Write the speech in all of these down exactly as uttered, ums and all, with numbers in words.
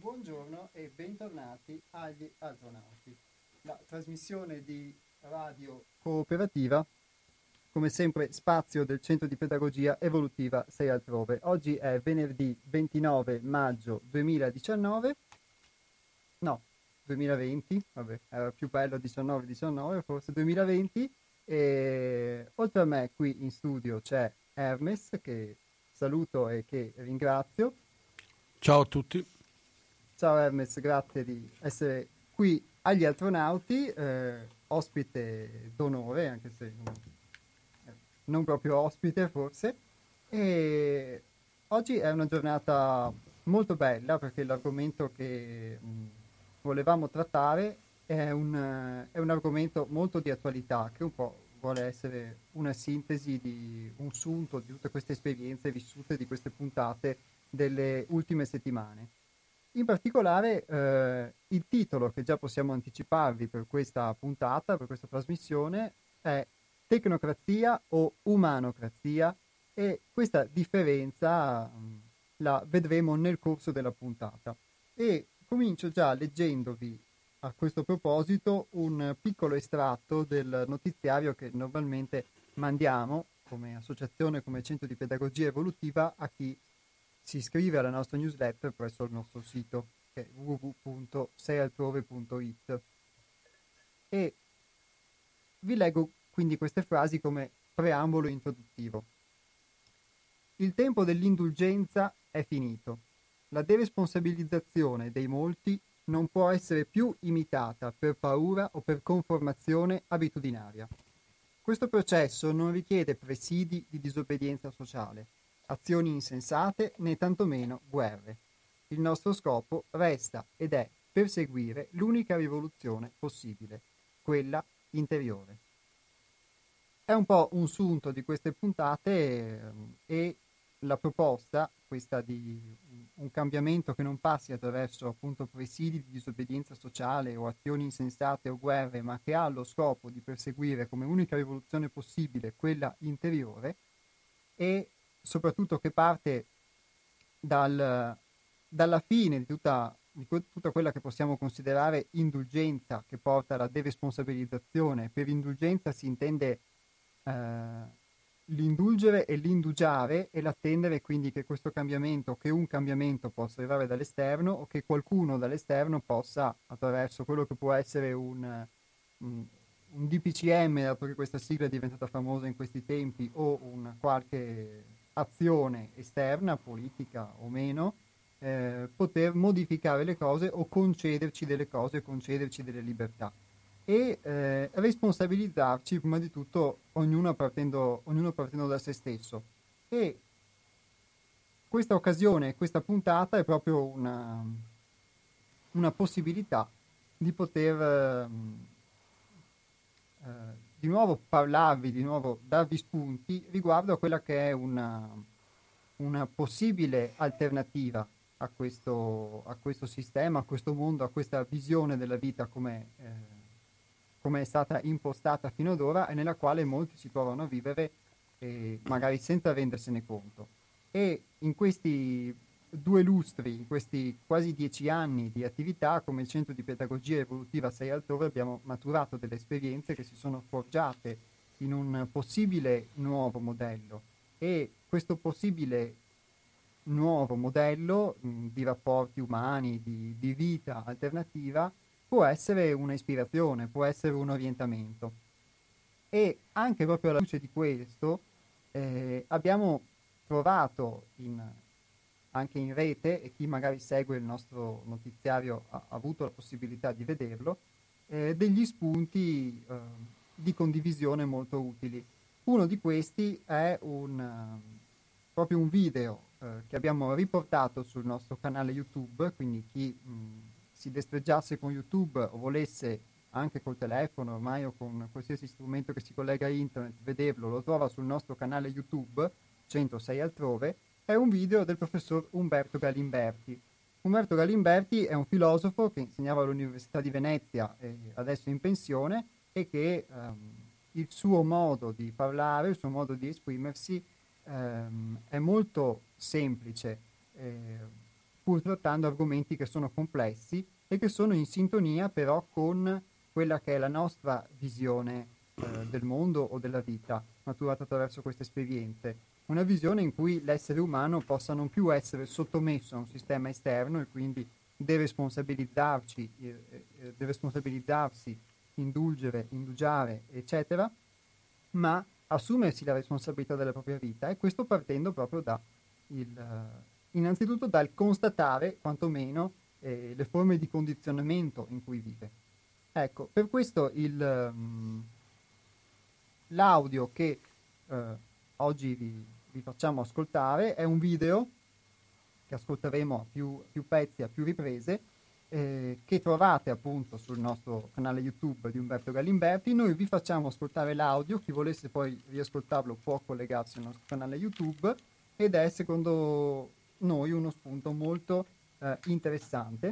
Buongiorno e bentornati agli Astronauti, la trasmissione di radio cooperativa, come sempre spazio del Centro di Pedagogia Evolutiva sei Altrove. Oggi è venerdì ventinove maggio duemiladiciannove, no, duemilaventi, vabbè, era più bello diciannove diciannove, forse duemilaventi, e oltre a me qui in studio c'è Hermes, che saluto e che ringrazio. Ciao a tutti. Ciao Hermes, grazie di essere qui agli Astronauti, eh, ospite d'onore, anche se non, eh, non proprio ospite forse. E oggi è una giornata molto bella perché l'argomento che mh, volevamo trattare è un, eh, è un argomento molto di attualità, che un po' vuole essere una sintesi di un sunto di tutte queste esperienze vissute, di queste puntate delle ultime settimane. In particolare eh, il titolo che già possiamo anticiparvi per questa puntata, per questa trasmissione, è Tecnocrazia o Umanocrazia, e questa differenza mh, la vedremo nel corso della puntata. E comincio già leggendovi a questo proposito un piccolo estratto del notiziario che normalmente mandiamo come associazione, come centro di pedagogia evolutiva, a chi si iscrive alla nostra newsletter presso il nostro sito, che è w w w punto sei altrove punto i t. E vi leggo quindi queste frasi come preambolo introduttivo. Il tempo dell'indulgenza è finito. La deresponsabilizzazione dei molti non può essere più imitata per paura o per conformazione abitudinaria. Questo processo non richiede presidi di disobbedienza sociale, azioni insensate né tantomeno guerre. Il nostro scopo resta ed è perseguire l'unica rivoluzione possibile, quella interiore. È un po' un sunto di queste puntate eh, e la proposta, questa di un cambiamento che non passi attraverso appunto presidi di disobbedienza sociale o azioni insensate o guerre, ma che ha lo scopo di perseguire come unica rivoluzione possibile quella interiore, e soprattutto che parte dal, dalla fine di tutta, di tutta quella che possiamo considerare indulgenza, che porta alla deresponsabilizzazione. Per indulgenza si intende eh, l'indulgere e l'indugiare e l'attendere, quindi che questo cambiamento, che un cambiamento possa arrivare dall'esterno o che qualcuno dall'esterno possa, attraverso quello che può essere un, un un D P C M, dato che questa sigla è diventata famosa in questi tempi, o una qualche azione esterna, politica o meno, eh, poter modificare le cose o concederci delle cose, concederci delle libertà. E eh, responsabilizzarci prima di tutto ognuno partendo, ognuno partendo da se stesso. E questa occasione, questa puntata è proprio una, una possibilità di poter eh, eh, di nuovo parlarvi, di nuovo darvi spunti riguardo a quella che è una, una possibile alternativa a questo, a questo sistema, a questo mondo, a questa visione della vita come eh, come è stata impostata fino ad ora e nella quale molti si trovano a vivere eh, magari senza rendersene conto. E in questi due lustri, in questi quasi dieci anni di attività come Centro di Pedagogia Evolutiva sei Altrove, abbiamo maturato delle esperienze che si sono forgiate in un possibile nuovo modello, e questo possibile nuovo modello mh, di rapporti umani, di, di vita alternativa, può essere un'ispirazione, può essere un orientamento. E anche proprio alla luce di questo eh, abbiamo trovato in, anche in rete, e chi magari segue il nostro notiziario ha, ha avuto la possibilità di vederlo, eh, degli spunti eh, di condivisione molto utili. Uno di questi è un, uh, proprio un video uh, che abbiamo riportato sul nostro canale YouTube, quindi chi mh, si destreggiasse con YouTube o volesse anche col telefono ormai o con qualsiasi strumento che si collega a internet vederlo, lo trova sul nostro canale YouTube centosei Altrove. È un video del professor Umberto Galimberti. Umberto Galimberti è un filosofo che insegnava all'Università di Venezia e adesso è in pensione, e che um, il suo modo di parlare, il suo modo di esprimersi um, è molto semplice. Eh, pur trattando argomenti che sono complessi e che sono in sintonia però con quella che è la nostra visione eh, del mondo o della vita, maturata attraverso queste esperienze. Una visione in cui l'essere umano possa non più essere sottomesso a un sistema esterno e quindi deresponsabilizzarci, eh, eh, deresponsabilizzarsi, indulgere, indugiare, eccetera, ma assumersi la responsabilità della propria vita, e questo partendo proprio da il, uh, innanzitutto dal constatare quantomeno eh, le forme di condizionamento in cui vive. Ecco, per questo il, um, l'audio che uh, oggi vi, vi facciamo ascoltare è un video che ascolteremo a più, più pezzi, a più riprese, eh, che trovate appunto sul nostro canale YouTube di Umberto Galimberti. Noi vi facciamo ascoltare l'audio, chi volesse poi riascoltarlo può collegarsi al nostro canale YouTube, ed è secondo noi uno spunto molto eh, interessante,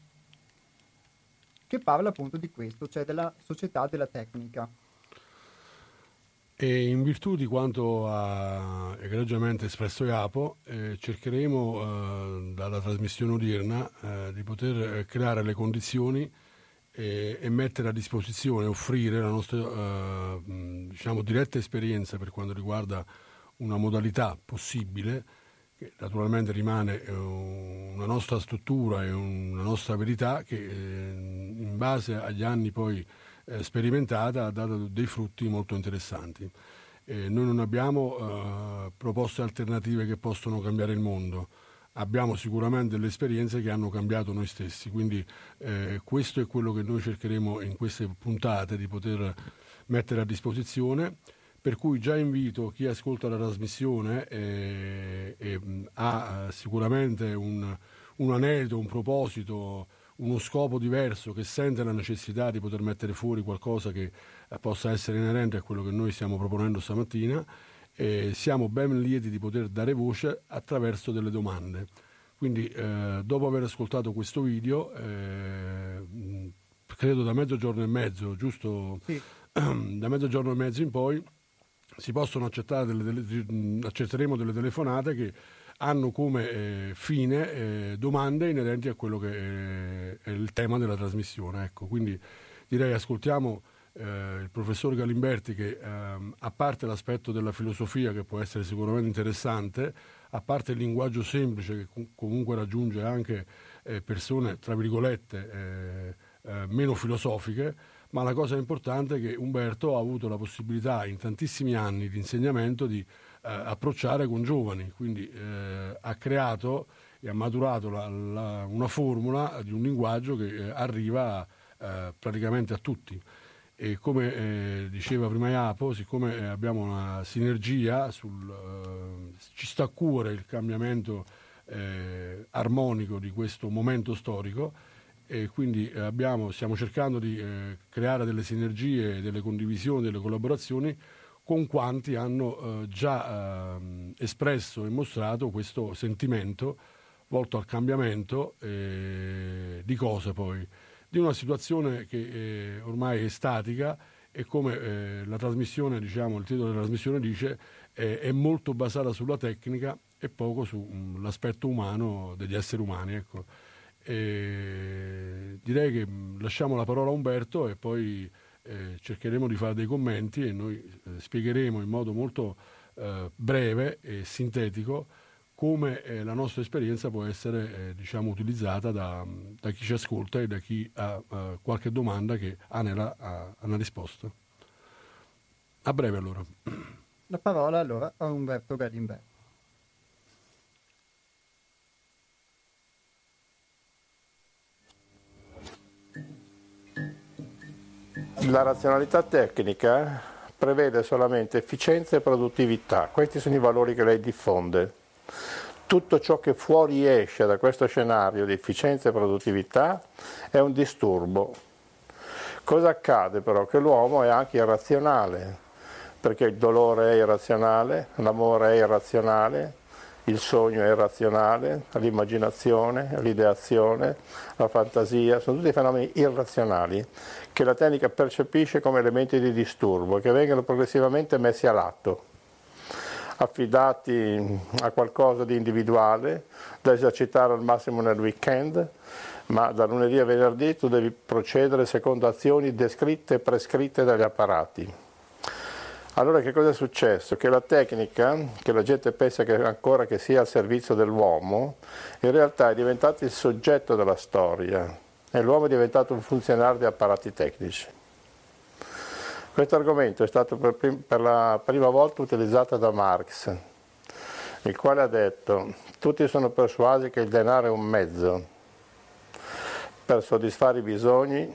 che parla appunto di questo, cioè della società della tecnica. E in virtù di quanto ha egregiamente espresso Jacopo, eh, cercheremo eh, dalla trasmissione odierna eh, di poter creare le condizioni e, e mettere a disposizione, offrire la nostra eh, diciamo, diretta esperienza per quanto riguarda una modalità possibile, che naturalmente rimane eh, una nostra struttura e una nostra verità che eh, in base agli anni poi eh, sperimentata ha dato dei frutti molto interessanti. Eh, noi non abbiamo eh, proposte alternative che possono cambiare il mondo, abbiamo sicuramente delle esperienze che hanno cambiato noi stessi, quindi eh, questo è quello che noi cercheremo in queste puntate di poter mettere a disposizione, per cui già invito chi ascolta la trasmissione e, e ha sicuramente un, un anelito, un proposito, uno scopo diverso, che sente la necessità di poter mettere fuori qualcosa che eh, possa essere inerente a quello che noi stiamo proponendo stamattina, e siamo ben lieti di poter dare voce attraverso delle domande. Quindi eh, dopo aver ascoltato questo video, eh, credo da mezzogiorno e mezzo, giusto? Sì. Da mezzogiorno e mezzo in poi si possono accettare delle, delle, accetteremo delle telefonate che hanno come eh, fine eh, domande inerenti a quello che è, è il tema della trasmissione. Ecco, quindi direi ascoltiamo eh, il professor Galimberti che ehm, a parte l'aspetto della filosofia, che può essere sicuramente interessante, a parte il linguaggio semplice che com- comunque raggiunge anche eh, persone tra virgolette eh, eh, meno filosofiche, ma la cosa importante è che Umberto ha avuto la possibilità in tantissimi anni di insegnamento di eh, approcciare con giovani, quindi eh, ha creato e ha maturato la, la, una formula di un linguaggio che eh, arriva eh, praticamente a tutti. E come eh, diceva prima Jacopo, siccome eh, abbiamo una sinergia, sul, eh, ci sta a cuore il cambiamento eh, armonico di questo momento storico, e quindi eh, abbiamo, stiamo cercando di eh, creare delle sinergie, delle condivisioni, delle collaborazioni con quanti hanno eh, già eh, espresso e mostrato questo sentimento volto al cambiamento eh, di cose poi, di una situazione che eh, ormai è statica, e come eh, la trasmissione, diciamo, il titolo della trasmissione dice, eh, è molto basata sulla tecnica e poco sull'aspetto umano degli esseri umani, ecco. E direi che lasciamo la parola a Umberto e poi eh, cercheremo di fare dei commenti, e noi eh, spiegheremo in modo molto eh, breve e sintetico come eh, la nostra esperienza può essere eh, diciamo, utilizzata da, da chi ci ascolta e da chi ha uh, qualche domanda che anela a una risposta. A breve allora. La parola allora a Umberto Galimberti. La razionalità tecnica prevede solamente efficienza e produttività, questi sono i valori che lei diffonde. Tutto ciò che fuoriesce da questo scenario di efficienza e produttività è un disturbo. Cosa accade però? Che l'uomo è anche irrazionale, perché il dolore è irrazionale, l'amore è irrazionale, il sogno è irrazionale, l'immaginazione, l'ideazione, la fantasia, sono tutti fenomeni irrazionali che la tecnica percepisce come elementi di disturbo, che vengono progressivamente messi all'atto. affidati a qualcosa di individuale, da esercitare al massimo nel weekend, ma da lunedì a venerdì tu devi procedere secondo azioni descritte e prescritte dagli apparati. Allora che cosa è successo? Che la tecnica, che la gente pensa che ancora che sia al servizio dell'uomo, in realtà è diventato il soggetto della storia e l'uomo è diventato un funzionario di apparati tecnici. Questo argomento è stato per, prim- per la prima volta utilizzato da Marx, il quale ha detto: tutti sono persuasi che il denaro è un mezzo per soddisfare i bisogni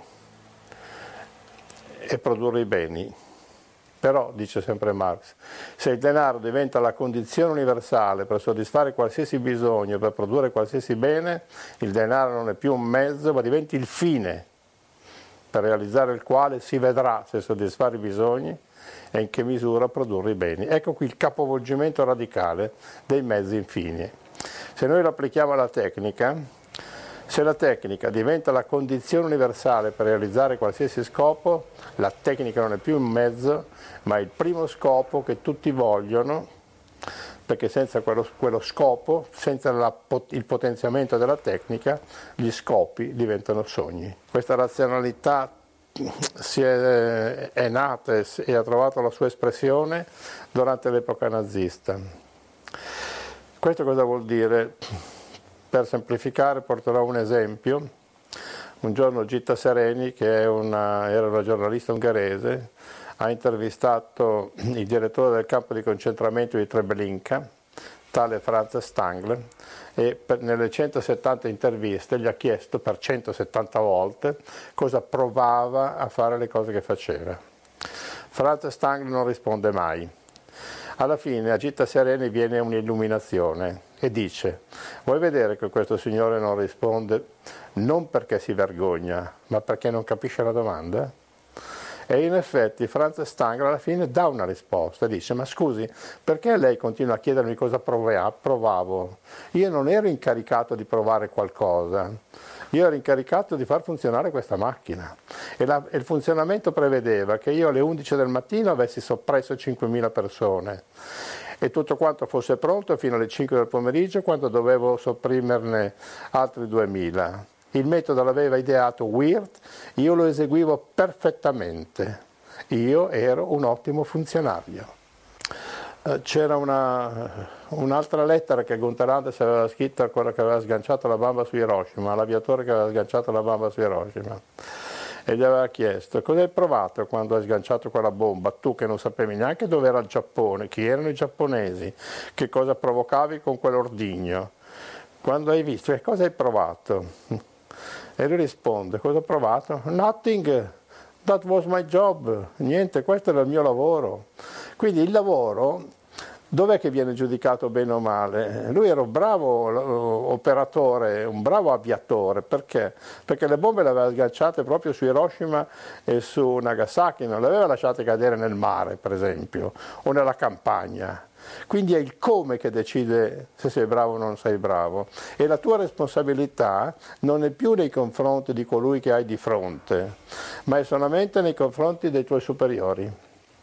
e produrre i beni. Però, dice sempre Marx, se il denaro diventa la condizione universale per soddisfare qualsiasi bisogno, per produrre qualsiasi bene, il denaro non è più un mezzo, ma diventa il fine per realizzare il quale si vedrà se soddisfare i bisogni e in che misura produrre i beni. Ecco qui il capovolgimento radicale dei mezzi infini. Se noi lo applichiamo alla tecnica, se la tecnica diventa la condizione universale per realizzare qualsiasi scopo, la tecnica non è più un mezzo, ma è il primo scopo che tutti vogliono, perché senza quello, quello scopo, senza la, il potenziamento della tecnica, gli scopi diventano sogni. Questa razionalità si è, è nata e, e ha trovato la sua espressione durante l'epoca nazista. Questo cosa vuol dire? Per semplificare porterò un esempio. Un giorno Gitta Sereni, che è una, era una giornalista ungherese, ha intervistato il direttore del campo di concentramento di Treblinka, tale Franz Stangl, e per, nelle centosettanta interviste gli ha chiesto per centosettanta volte cosa provava a fare le cose che faceva. Franz Stangl non risponde mai. Alla fine a Gitta Sereni viene un'illuminazione e dice: vuoi vedere che questo signore non risponde non perché si vergogna, ma perché non capisce la domanda? E in effetti Franz Stangl alla fine dà una risposta e dice: ma scusi, perché lei continua a chiedermi cosa provavo? Io non ero incaricato di provare qualcosa, io ero incaricato di far funzionare questa macchina e, la, e il funzionamento prevedeva che io alle undici del mattino avessi soppresso cinquemila persone e tutto quanto fosse pronto fino alle cinque del pomeriggio, quando dovevo sopprimerne altri duemila. Il metodo l'aveva ideato Wirth, io lo eseguivo perfettamente, io ero un ottimo funzionario. C'era una, un'altra lettera che Gunther Anders aveva scritto a quello che aveva sganciato la bomba su Hiroshima, all'aviatore che aveva sganciato la bomba su Hiroshima, e gli aveva chiesto: cosa hai provato quando hai sganciato quella bomba, tu che non sapevi neanche dove era il Giappone, chi erano i giapponesi, che cosa provocavi con quell'ordigno, quando hai visto, che cosa hai provato? E lui risponde: cosa ho provato? Nothing, that was my job, niente, questo era il mio lavoro. Quindi il lavoro, dov'è che viene giudicato bene o male? Lui era un bravo operatore, un bravo aviatore, perché? Perché le bombe le aveva sganciate proprio su Hiroshima e su Nagasaki, non le aveva lasciate cadere nel mare, per esempio, o nella campagna. Quindi è il come che decide se sei bravo o non sei bravo, e la tua responsabilità non è più nei confronti di colui che hai di fronte, ma è solamente nei confronti dei tuoi superiori.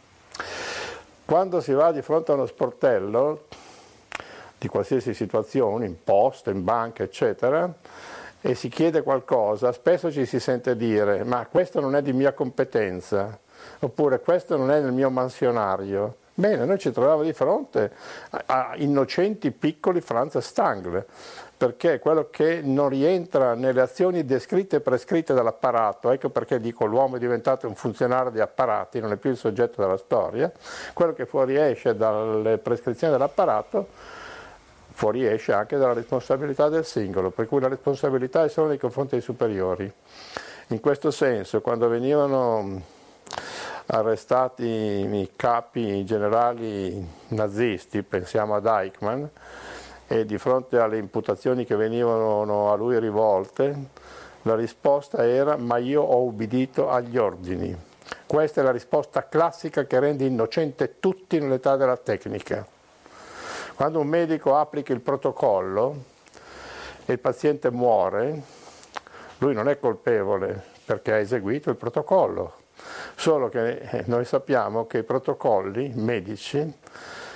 Quando si va di fronte a uno sportello di qualsiasi situazione, in posta, in banca, eccetera, e si chiede qualcosa, spesso ci si sente dire: ma questo non è di mia competenza, oppure questo non è nel mio mansionario. Bene, noi ci troviamo di fronte a innocenti piccoli Franz Stangl, perché quello che non rientra nelle azioni descritte e prescritte dall'apparato, ecco perché dico l'uomo è diventato un funzionario di apparati, non è più il soggetto della storia, quello che fuoriesce dalle prescrizioni dell'apparato fuoriesce anche dalla responsabilità del singolo, per cui la responsabilità è solo nei confronti dei superiori. In questo senso, quando venivano arrestati i capi i generali nazisti, pensiamo ad Eichmann, e di fronte alle imputazioni che venivano a lui rivolte, la risposta era: ma io ho ubbidito agli ordini. Questa è la risposta classica che rende innocente tutti nell'età della tecnica. Quando un medico applica il protocollo e il paziente muore, lui non è colpevole perché ha eseguito il protocollo. Solo che noi sappiamo che i protocolli medici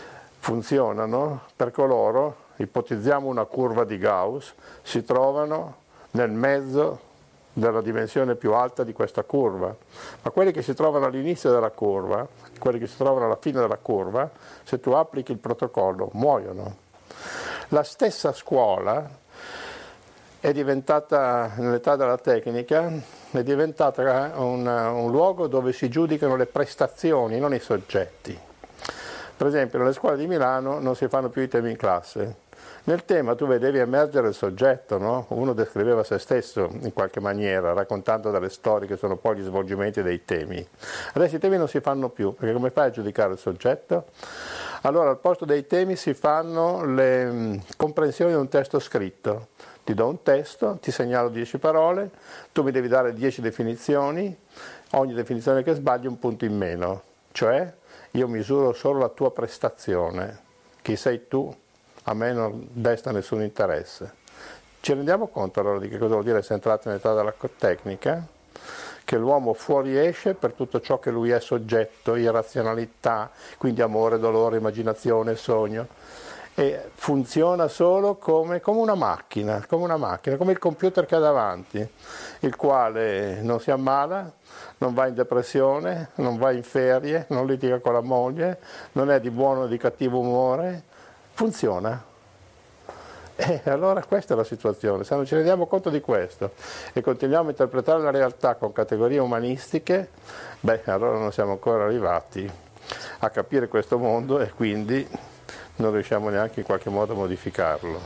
funzionano per coloro, ipotizziamo una curva di Gauss, si trovano nel mezzo della dimensione più alta di questa curva, ma quelli che si trovano all'inizio della curva, quelli che si trovano alla fine della curva, se tu applichi il protocollo muoiono. La stessa scuola è diventata, nell'età della tecnica, è diventata un, un luogo dove si giudicano le prestazioni, non i soggetti. Per esempio nelle scuole di Milano non si fanno più i temi in classe. Nel tema tu vedevi emergere il soggetto, no? Uno descriveva se stesso in qualche maniera, raccontando delle storie che sono poi gli svolgimenti dei temi. Adesso i temi non si fanno più, perché come fai a giudicare il soggetto? Allora al posto dei temi si fanno le mh, comprensioni di un testo scritto. Ti do un testo, ti segnalo dieci parole, tu mi devi dare dieci definizioni, ogni definizione che sbagli un punto in meno, cioè io misuro solo la tua prestazione, chi sei tu? A me non desta nessun interesse. Ci rendiamo conto allora di che cosa vuol dire essere entrati nell'età della tecnica? Che l'uomo fuoriesce per tutto ciò che lui è soggetto, irrazionalità, quindi amore, dolore, immaginazione, sogno, e funziona solo come, come una macchina, come una macchina, come il computer che ha davanti, il quale non si ammala, non va in depressione, non va in ferie, non litiga con la moglie, non è di buono o di cattivo umore, funziona. E allora questa è la situazione, se non ci rendiamo conto di questo e continuiamo a interpretare la realtà con categorie umanistiche, beh, allora non siamo ancora arrivati a capire questo mondo e quindi non riusciamo neanche in qualche modo a modificarlo.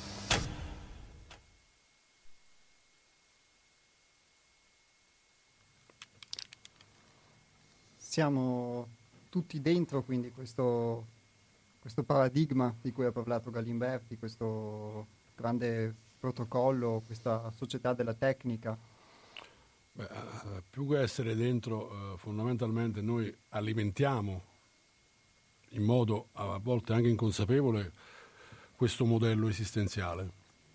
Siamo tutti dentro quindi questo questo paradigma di cui ha parlato Galimberti, questo grande protocollo, questa società della tecnica? Beh, più che essere dentro, eh, fondamentalmente noi alimentiamo in modo a volte anche inconsapevole questo modello esistenziale.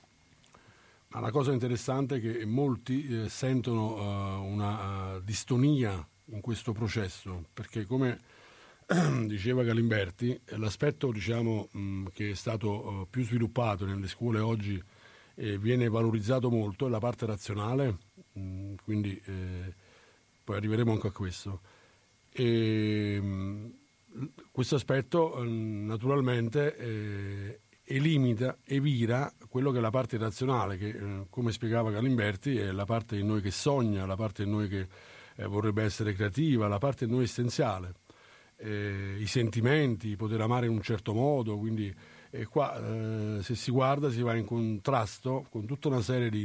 Ma la cosa interessante è che molti eh, sentono uh, una uh, distonia in questo processo, perché come diceva Galimberti, l'aspetto diciamo, mh, che è stato uh, più sviluppato nelle scuole oggi e viene valorizzato molto è la parte razionale, mh, quindi eh, poi arriveremo anche a questo. E, mh, questo aspetto uh, naturalmente eh, elimina, evira quello che è la parte irrazionale, che eh, come spiegava Galimberti è la parte di noi che sogna, la parte di noi che eh, vorrebbe essere creativa, la parte di noi essenziale. Eh, i sentimenti, poter amare in un certo modo, quindi eh, qua eh, se si guarda si va in contrasto con tutta una serie di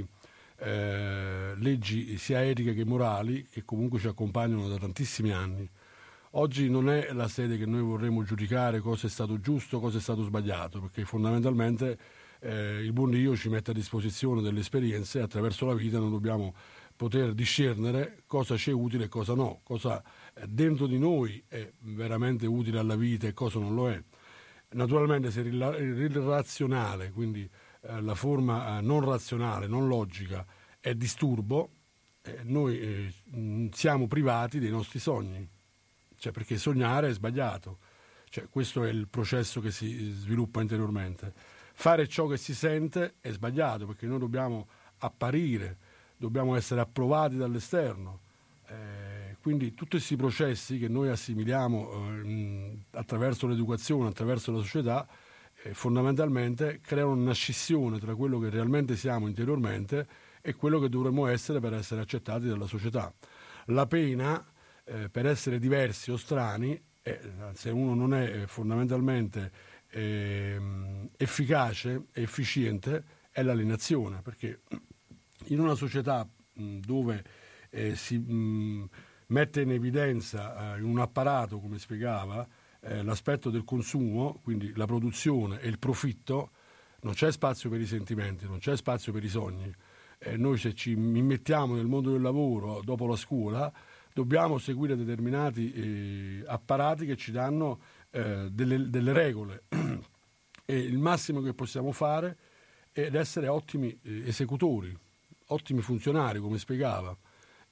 eh, leggi sia etiche che morali che comunque ci accompagnano da tantissimi anni. Oggi non è la sede che noi vorremmo giudicare cosa è stato giusto, cosa è stato sbagliato, perché fondamentalmente eh, il buon Dio ci mette a disposizione delle esperienze e attraverso la vita noi dobbiamo poter discernere cosa ci è utile e cosa no, cosa dentro di noi è veramente utile alla vita e cosa non lo è. Naturalmente se il razionale, quindi eh, la forma eh, non razionale, non logica, è disturbo, eh, noi eh, siamo privati dei nostri sogni, cioè perché sognare è sbagliato, cioè, questo è il processo che si sviluppa interiormente. Fare ciò che si sente è sbagliato perché noi dobbiamo apparire, dobbiamo essere approvati dall'esterno. Eh, quindi tutti questi processi che noi assimiliamo eh, attraverso l'educazione, attraverso la società, eh, fondamentalmente creano una scissione tra quello che realmente siamo interiormente e quello che dovremmo essere per essere accettati dalla società. La pena eh, per essere diversi o strani, eh, se uno non è eh, fondamentalmente eh, efficace e efficiente, è l'alienazione, perché in una società mh, dove eh, si mh, mette in evidenza eh, in un apparato, come spiegava, eh, l'aspetto del consumo, quindi la produzione e il profitto, non c'è spazio per i sentimenti, non c'è spazio per i sogni. Eh, noi se ci immettiamo nel mondo del lavoro dopo la scuola dobbiamo seguire determinati eh, apparati che ci danno eh, delle, delle regole e il massimo che possiamo fare è essere ottimi eh, esecutori, ottimi funzionari, come spiegava.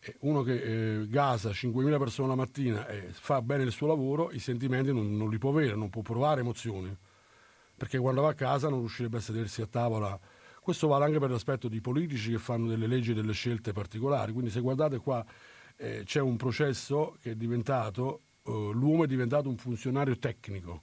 Uno che eh, gasa cinquemila persone la mattina e fa bene il suo lavoro, i sentimenti non, non li può avere, non può provare emozioni, perché quando va a casa non riuscirebbe a sedersi a tavola. Questo vale anche per l'aspetto di politici che fanno delle leggi e delle scelte particolari. Quindi se guardate qua eh, c'è un processo che è diventato, eh, l'uomo è diventato un funzionario tecnico.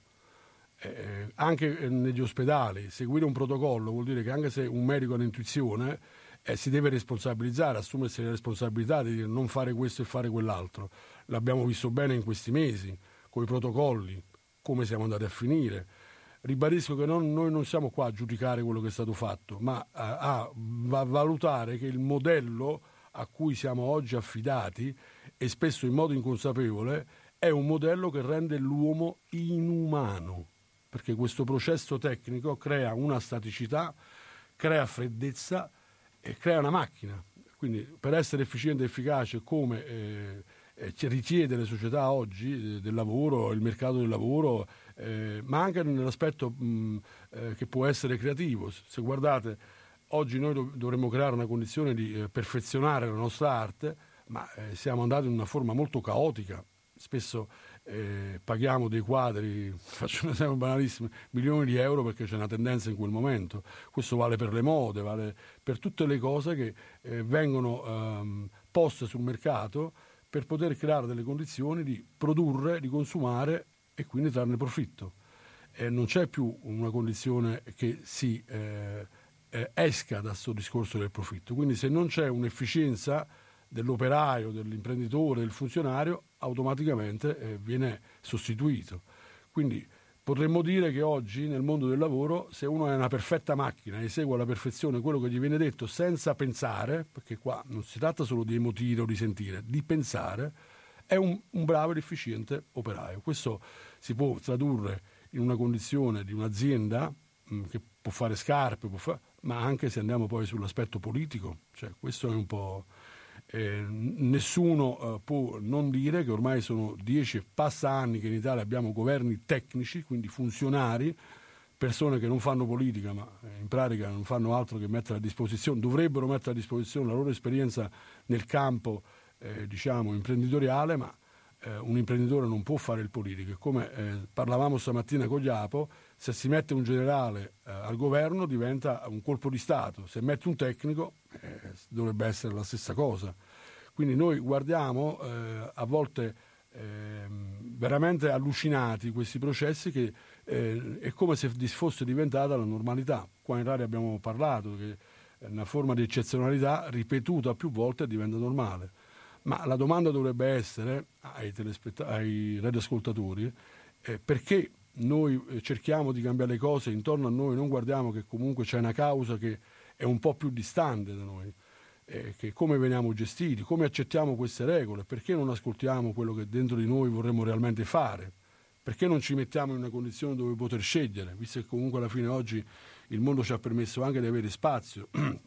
Eh, anche eh, negli ospedali seguire un protocollo vuol dire che anche se un medico ha l'intuizione, Eh, si deve responsabilizzare, assumersi le responsabilità di dire non fare questo e fare quell'altro. L'abbiamo visto bene in questi mesi, con i protocolli, come siamo andati a finire. Ribadisco che non, noi non siamo qua a giudicare quello che è stato fatto, ma a, a, a valutare che il modello a cui siamo oggi affidati, e spesso in modo inconsapevole, è un modello che rende l'uomo inumano, perché questo processo tecnico crea una staticità, crea freddezza, e crea una macchina. Quindi per essere efficiente e efficace come eh, eh, richiede le società oggi eh, del lavoro, il mercato del lavoro, eh, ma anche nell'aspetto mh, eh, che può essere creativo. Se guardate, oggi noi dov- dovremmo creare una condizione di eh, perfezionare la nostra arte, ma eh, siamo andati in una forma molto caotica. Spesso eh, paghiamo dei quadri, faccio un esempio banalissimo, milioni di euro perché c'è una tendenza in quel momento. Questo vale per le mode, vale per tutte le cose che eh, vengono ehm, poste sul mercato per poter creare delle condizioni di produrre, di consumare e quindi trarne profitto. Eh, non c'è più una condizione che si eh, eh, esca da questo discorso del profitto. Quindi se non c'è un'efficienza dell'operaio, dell'imprenditore, del funzionario, automaticamente eh, viene sostituito. Quindi potremmo dire che oggi nel mondo del lavoro, se uno è una perfetta macchina e esegue alla perfezione quello che gli viene detto senza pensare, perché qua non si tratta solo di emotire o di sentire, di pensare, è un, un bravo ed efficiente operaio. Questo si può tradurre in una condizione di un'azienda mh, che può fare scarpe, può fa- ma anche se andiamo poi sull'aspetto politico, cioè questo è un po'... Eh, nessuno eh, può non dire che ormai sono dieci e passa anni che in Italia abbiamo governi tecnici, quindi funzionari, persone che non fanno politica ma eh, in pratica non fanno altro che mettere a disposizione, dovrebbero mettere a disposizione la loro esperienza nel campo eh, diciamo imprenditoriale, ma eh, un imprenditore non può fare il politico. E come eh, parlavamo stamattina con Japo, se si mette un generale eh, al governo diventa un colpo di Stato, se mette un tecnico eh, dovrebbe essere la stessa cosa. Quindi noi guardiamo eh, a volte eh, veramente allucinati questi processi che eh, è come se fosse diventata la normalità. Qua in radio abbiamo parlato che una forma di eccezionalità ripetuta più volte diventa normale. Ma la domanda dovrebbe essere ai, telespett- ai radioascoltatori eh, perché noi cerchiamo di cambiare le cose intorno a noi, non guardiamo che comunque c'è una causa che è un po' più distante da noi, eh, che come veniamo gestiti, come accettiamo queste regole, perché non ascoltiamo quello che dentro di noi vorremmo realmente fare, perché non ci mettiamo in una condizione dove poter scegliere, visto che comunque alla fine oggi il mondo ci ha permesso anche di avere spazio,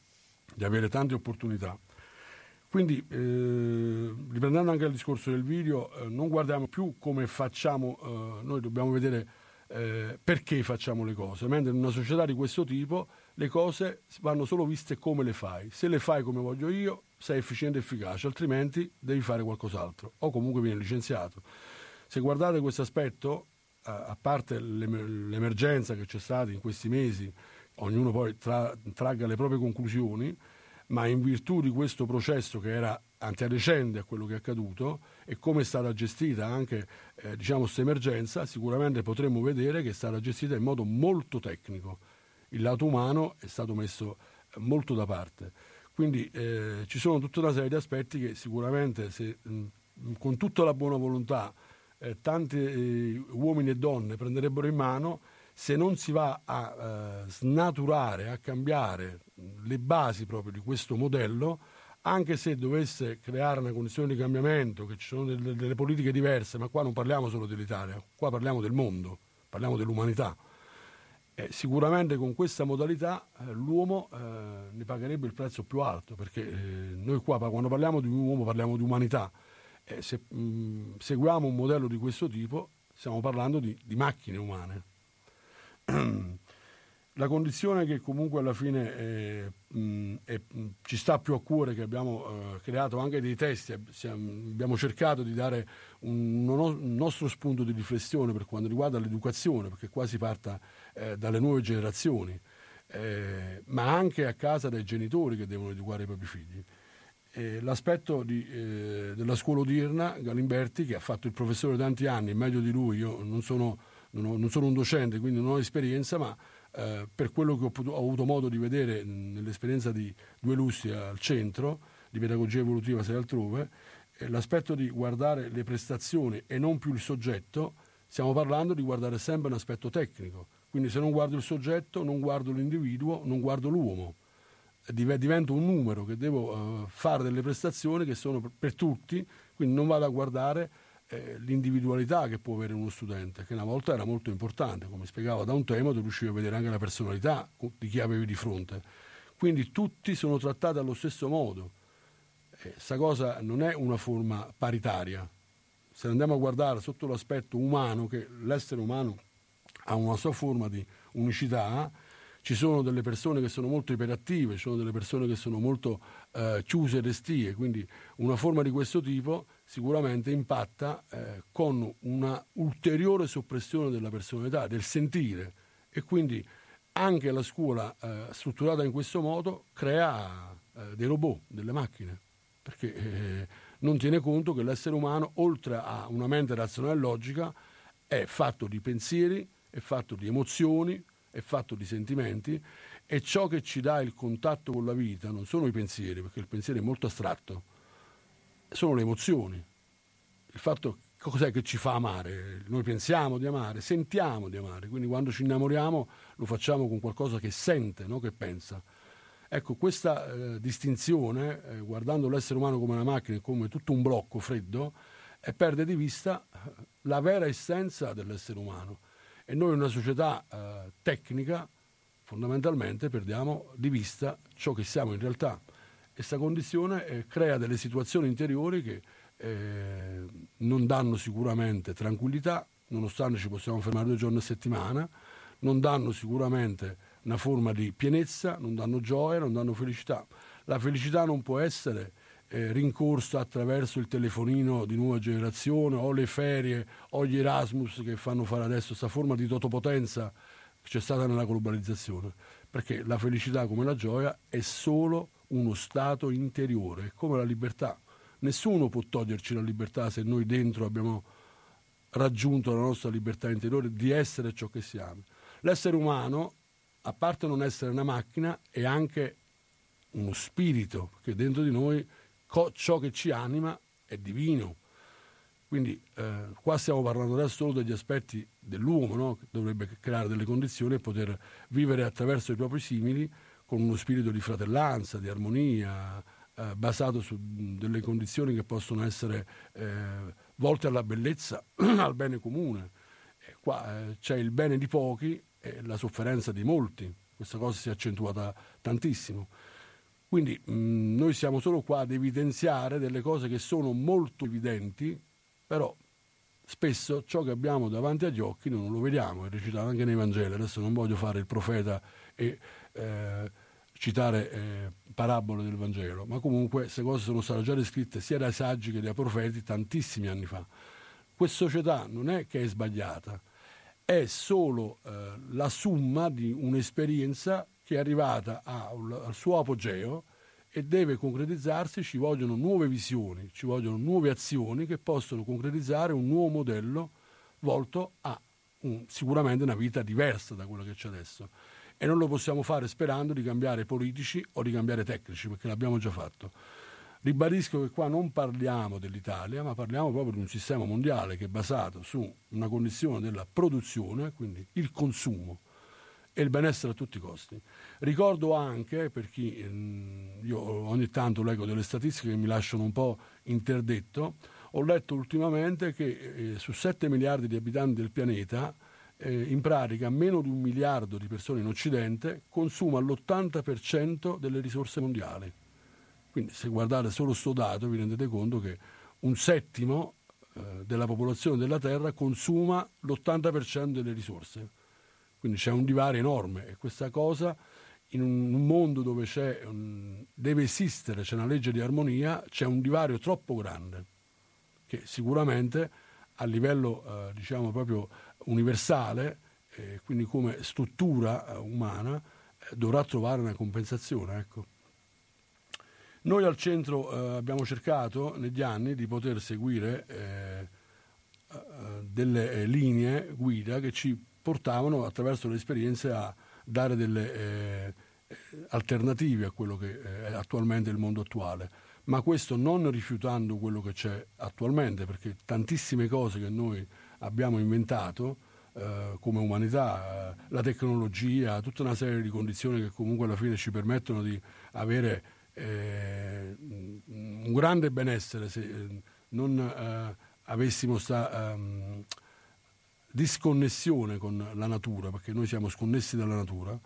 di avere tante opportunità. Quindi, eh, riprendendo anche il discorso del video, eh, non guardiamo più come facciamo, eh, noi dobbiamo vedere eh, perché facciamo le cose, mentre in una società di questo tipo le cose vanno solo viste come le fai. Se le fai come voglio io, sei efficiente e efficace, altrimenti devi fare qualcos'altro o comunque vieni licenziato. Se guardate questo aspetto, eh, a parte l'emer- l'emergenza che c'è stata in questi mesi, ognuno poi tra- tragga le proprie conclusioni, ma in virtù di questo processo che era antecedente a quello che è accaduto e come è stata gestita anche eh, diciamo questa emergenza, sicuramente potremmo vedere che è stata gestita in modo molto tecnico. Il lato umano è stato messo eh, molto da parte. Quindi eh, ci sono tutta una serie di aspetti che sicuramente se, mh, con tutta la buona volontà eh, tanti eh, uomini e donne prenderebbero in mano, se non si va a eh, snaturare, a cambiare le basi proprio di questo modello, anche se dovesse creare una condizione di cambiamento, che ci sono delle, delle politiche diverse, ma qua non parliamo solo dell'Italia, qua parliamo del mondo, parliamo dell'umanità. Eh, sicuramente con questa modalità eh, l'uomo eh, ne pagherebbe il prezzo più alto, perché eh, noi qua quando parliamo di uomo parliamo di umanità. Eh, se mh, seguiamo un modello di questo tipo stiamo parlando di, di macchine umane. La condizione che comunque alla fine è, mh, è, mh, ci sta più a cuore, che abbiamo uh, creato anche dei testi, siamo, abbiamo cercato di dare un, un nostro spunto di riflessione per quanto riguarda l'educazione, perché qua si parta eh, dalle nuove generazioni, eh, ma anche a casa dai genitori che devono educare i propri figli. Eh, l'aspetto di, eh, della scuola odierna, Galimberti, che ha fatto il professore tanti anni, meglio di lui, io non sono, non ho, non sono un docente, quindi non ho esperienza, ma Eh, per quello che ho, potuto, ho avuto modo di vedere nell'esperienza di Due Lustri al centro di pedagogia evolutiva sei altrove, eh, l'aspetto di guardare le prestazioni e non più il soggetto, stiamo parlando di guardare sempre un aspetto tecnico, quindi se non guardo il soggetto non guardo l'individuo, non guardo l'uomo, Div- divento un numero che devo uh, fare delle prestazioni che sono per, per tutti, quindi non vado a guardare Eh, l'individualità che può avere uno studente, che una volta era molto importante, come spiegava da un tema, tu riuscivi a vedere anche la personalità di chi avevi di fronte, quindi tutti sono trattati allo stesso modo. Questa eh, cosa non è una forma paritaria, se andiamo a guardare sotto l'aspetto umano, che l'essere umano ha una sua forma di unicità, ci sono delle persone che sono molto iperattive, ci sono delle persone che sono molto eh, chiuse e restie, quindi una forma di questo tipo sicuramente impatta eh, con una ulteriore soppressione della personalità, del sentire, e quindi anche la scuola eh, strutturata in questo modo crea eh, dei robot, delle macchine, perché eh, non tiene conto che l'essere umano, oltre a una mente razionale e logica, è fatto di pensieri, è fatto di emozioni, è fatto di sentimenti, e ciò che ci dà il contatto con la vita non sono i pensieri, perché il pensiero è molto astratto, sono le emozioni. Il fatto, cos'è che ci fa amare? Noi pensiamo di amare, sentiamo di amare, quindi quando ci innamoriamo lo facciamo con qualcosa che sente, no? Che pensa. Ecco, questa eh, distinzione, eh, guardando l'essere umano come una macchina, come tutto un blocco freddo, eh, perde di vista la vera essenza dell'essere umano. E noi in una società eh, tecnica fondamentalmente perdiamo di vista ciò che siamo in realtà. Questa condizione eh, crea delle situazioni interiori che eh, non danno sicuramente tranquillità, nonostante ci possiamo fermare due giorni a settimana, non danno sicuramente una forma di pienezza, non danno gioia, non danno felicità. La felicità non può essere eh, rincorsa attraverso il telefonino di nuova generazione o le ferie o gli Erasmus che fanno fare adesso questa forma di totopotenza che c'è stata nella globalizzazione, perché la felicità come la gioia è solo uno stato interiore, è come la libertà. Nessuno può toglierci la libertà se noi dentro abbiamo raggiunto la nostra libertà interiore di essere ciò che siamo. L'essere umano, a parte non essere una macchina, è anche uno spirito, che dentro di noi co- ciò che ci anima è divino. Quindi eh, qua stiamo parlando adesso solo degli aspetti dell'uomo, no? Che dovrebbe creare delle condizioni e poter vivere attraverso i propri simili con uno spirito di fratellanza, di armonia, eh, basato su delle condizioni che possono essere eh, volte alla bellezza, al bene comune. E qua eh, c'è il bene di pochi e la sofferenza di molti. Questa cosa si è accentuata tantissimo. Quindi mh, noi siamo solo qua ad evidenziare delle cose che sono molto evidenti, però spesso ciò che abbiamo davanti agli occhi non lo vediamo, è recitato anche nei Vangeli. Adesso non voglio fare il profeta e eh, citare eh, parabole del Vangelo, ma comunque queste cose sono state già descritte sia dai saggi che dai profeti tantissimi anni fa. Questa società non è che è sbagliata, è solo eh, la somma di un'esperienza che è arrivata a, al suo apogeo e deve concretizzarsi. Ci vogliono nuove visioni, ci vogliono nuove azioni che possono concretizzare un nuovo modello volto a un, sicuramente una vita diversa da quella che c'è adesso, e non lo possiamo fare sperando di cambiare politici o di cambiare tecnici, perché l'abbiamo già fatto. Ribadisco che qua non parliamo dell'Italia, ma parliamo proprio di un sistema mondiale che è basato su una condizione della produzione, quindi il consumo e il benessere a tutti i costi. Ricordo anche, per chi io ogni tanto leggo delle statistiche che mi lasciano un po' interdetto, ho letto ultimamente che eh, su sette miliardi di abitanti del pianeta, eh, in pratica meno di un miliardo di persone in Occidente consuma l'ottanta per cento delle risorse mondiali. Quindi se guardate solo sto dato vi rendete conto che un settimo eh, della popolazione della Terra consuma l'ottanta per cento delle risorse. quindi c'è un divario enorme, e questa cosa in un mondo dove c'è un, deve esistere, c'è una legge di armonia, c'è un divario troppo grande che sicuramente a livello eh, diciamo proprio universale, eh, quindi come struttura eh, umana, eh, dovrà trovare una compensazione, ecco. Noi al centro eh, abbiamo cercato negli anni di poter seguire eh, eh, delle eh, linee guida che ci portavano attraverso le esperienze a dare delle eh, alternative a quello che è attualmente il mondo attuale, ma questo non rifiutando quello che c'è attualmente, perché tantissime cose che noi abbiamo inventato eh, come umanità, eh, la tecnologia, tutta una serie di condizioni che comunque alla fine ci permettono di avere eh, un grande benessere se eh, non eh, avessimo sta um, disconnessione con la natura, perché noi siamo sconnessi dalla natura.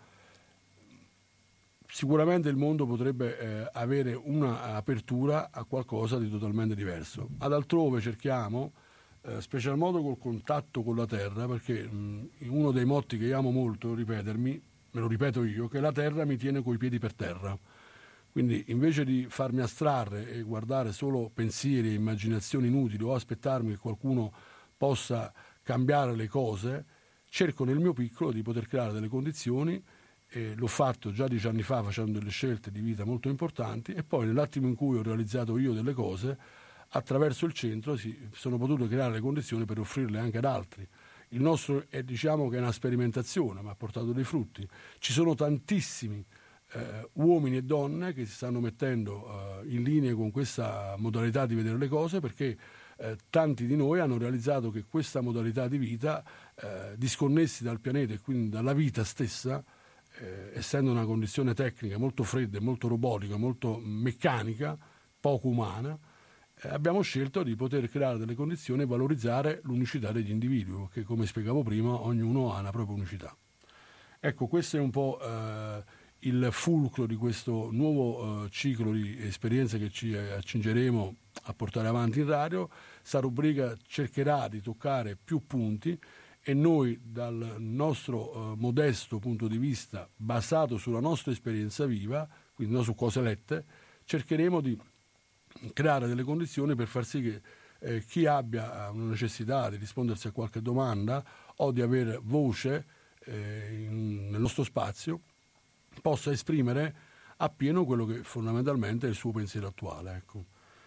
Sicuramente il mondo potrebbe eh, avere un'apertura a qualcosa di totalmente diverso. Ad altrove cerchiamo, eh, special modo col contatto con la terra, perché mh, uno dei motti che amo molto ripetermi, me lo ripeto io, che la terra mi tiene coi piedi per terra. Quindi invece di farmi astrarre e guardare solo pensieri e immaginazioni inutili o aspettarmi che qualcuno possa cambiare le cose, cerco nel mio piccolo di poter creare delle condizioni. E l'ho fatto già dieci anni fa facendo delle scelte di vita molto importanti, e poi nell'attimo in cui ho realizzato io delle cose, attraverso il centro si sono potute creare le condizioni per offrirle anche ad altri. Il nostro è, diciamo che è una sperimentazione, ma ha portato dei frutti. Ci sono tantissimi eh, uomini e donne che si stanno mettendo eh, in linea con questa modalità di vedere le cose, perché eh, tanti di noi hanno realizzato che questa modalità di vita, eh, disconnessi dal pianeta e quindi dalla vita stessa, Eh, essendo una condizione tecnica molto fredda, molto robotica, molto meccanica, poco umana, eh, abbiamo scelto di poter creare delle condizioni e valorizzare l'unicità degli individui, perché come spiegavo prima ognuno ha una propria unicità. Ecco, questo è un po' eh, il fulcro di questo nuovo eh, ciclo di esperienze che ci accingeremo a portare avanti in radio. Questa rubrica cercherà di toccare più punti, e noi dal nostro eh, modesto punto di vista, basato sulla nostra esperienza viva, quindi non su cose lette, cercheremo di creare delle condizioni per far sì che eh, chi abbia una necessità di rispondersi a qualche domanda o di avere voce eh, in, nel nostro spazio possa esprimere appieno quello che fondamentalmente è il suo pensiero attuale, ecco.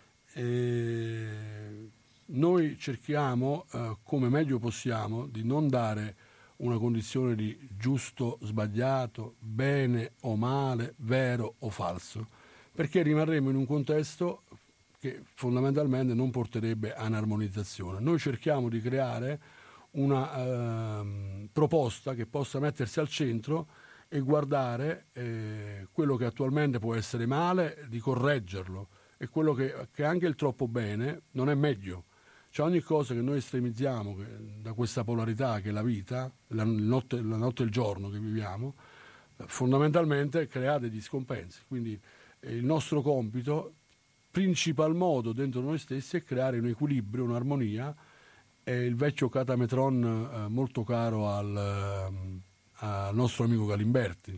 E noi cerchiamo, eh, come meglio possiamo, di non dare una condizione di giusto, sbagliato, bene o male, vero o falso, perché rimarremo in un contesto che fondamentalmente non porterebbe a un'armonizzazione. Noi cerchiamo di creare una eh, proposta che possa mettersi al centro e guardare eh, quello che attualmente può essere male, di correggerlo, e quello che, che anche il troppo bene non è meglio. Cioè ogni cosa che noi estremizziamo che, da questa polarità che è la vita, la notte, la notte e il giorno che viviamo, fondamentalmente crea degli scompensi. Quindi eh, il nostro compito, principal modo dentro noi stessi, è creare un equilibrio, un'armonia. È il vecchio catametron eh, molto caro al, eh, al nostro amico Galimberti.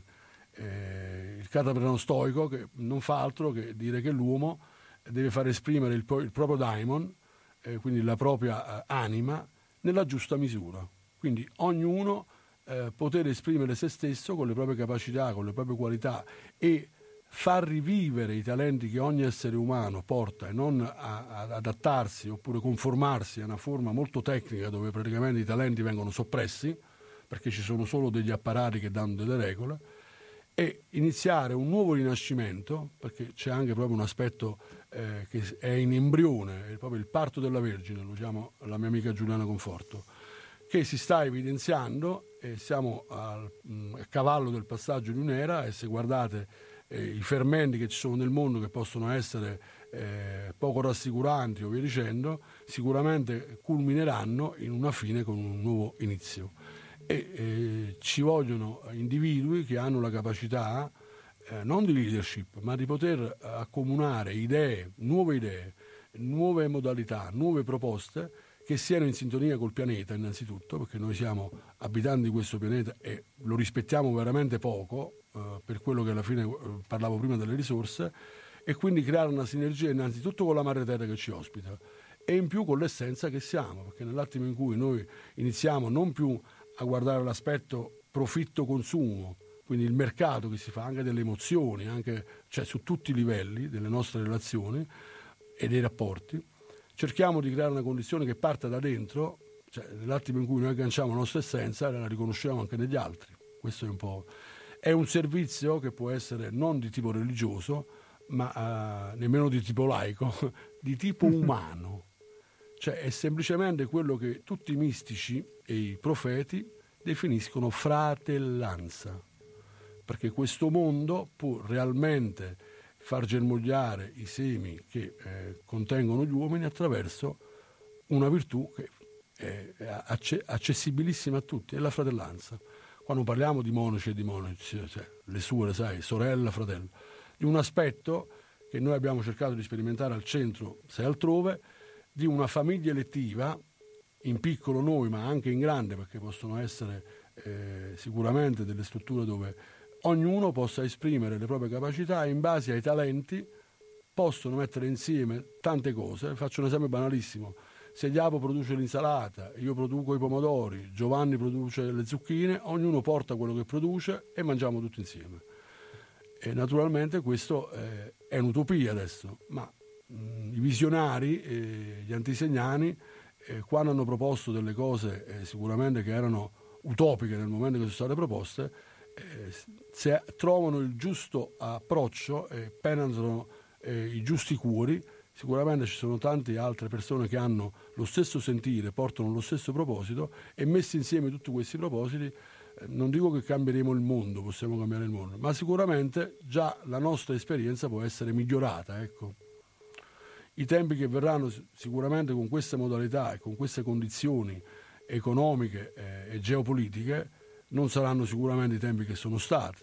Eh, il catametron stoico, che non fa altro che dire che l'uomo deve far esprimere il, il proprio daimon, Eh, quindi la propria eh, anima, nella giusta misura. Quindi ognuno eh, poter esprimere se stesso con le proprie capacità, con le proprie qualità, e far rivivere i talenti che ogni essere umano porta, e non a, a adattarsi oppure conformarsi a una forma molto tecnica dove praticamente i talenti vengono soppressi perché ci sono solo degli apparati che danno delle regole, e iniziare un nuovo rinascimento, perché c'è anche proprio un aspetto eh, che è in embrione, è proprio il parto della Vergine, lo chiama la mia amica Giuliana Conforto, che si sta evidenziando, e siamo al, mh, a cavallo del passaggio di un'era, e se guardate eh, i fermenti che ci sono nel mondo, che possono essere eh, poco rassicuranti o via dicendo, sicuramente culmineranno in una fine con un nuovo inizio. E eh, ci vogliono individui che hanno la capacità eh, non di leadership, ma di poter accomunare idee, nuove idee, nuove modalità, nuove proposte che siano in sintonia col pianeta innanzitutto, perché noi siamo abitanti di questo pianeta e lo rispettiamo veramente poco, eh, per quello che alla fine eh, parlavo prima delle risorse, e quindi creare una sinergia innanzitutto con la madre terra che ci ospita e in più con l'essenza che siamo, perché nell'attimo in cui noi iniziamo non più a guardare l'aspetto profitto-consumo, quindi il mercato che si fa anche delle emozioni, anche, cioè su tutti i livelli delle nostre relazioni e dei rapporti, cerchiamo di creare una condizione che parta da dentro, cioè nell'attimo in cui noi agganciamo la nostra essenza la riconosciamo anche negli altri. Questo è un po'... È un servizio che può essere non di tipo religioso, ma uh, nemmeno di tipo laico, di tipo umano. Cioè è semplicemente quello che tutti i mistici e i profeti definiscono fratellanza, perché questo mondo può realmente far germogliare i semi che eh, contengono gli uomini attraverso una virtù che è acce- accessibilissima a tutti, è la fratellanza. Quando parliamo di monaci e di monaci, cioè le suore, sai, sorella, fratello, di un aspetto che noi abbiamo cercato di sperimentare al centro, se altrove, di una famiglia elettiva, in piccolo noi, ma anche in grande, perché possono essere eh, sicuramente delle strutture dove ognuno possa esprimere le proprie capacità e in base ai talenti possono mettere insieme tante cose. Faccio un esempio banalissimo: se Japo produce l'insalata, io produco i pomodori, Giovanni produce le zucchine, ognuno porta quello che produce e mangiamo tutti insieme. E naturalmente questo eh, è un'utopia adesso, ma mh, i visionari, eh, gli antisegnani, eh, quando hanno proposto delle cose eh, sicuramente che erano utopiche nel momento che sono state proposte, eh, se trovano il giusto approccio e penetrano eh, i giusti cuori, sicuramente ci sono tante altre persone che hanno lo stesso sentire, portano lo stesso proposito, e messi insieme tutti questi propositi, eh, non dico che cambieremo il mondo, possiamo cambiare il mondo, ma sicuramente già la nostra esperienza può essere migliorata, ecco. I tempi che verranno sicuramente con queste modalità e con queste condizioni economiche eh, e geopolitiche non saranno sicuramente i tempi che sono stati,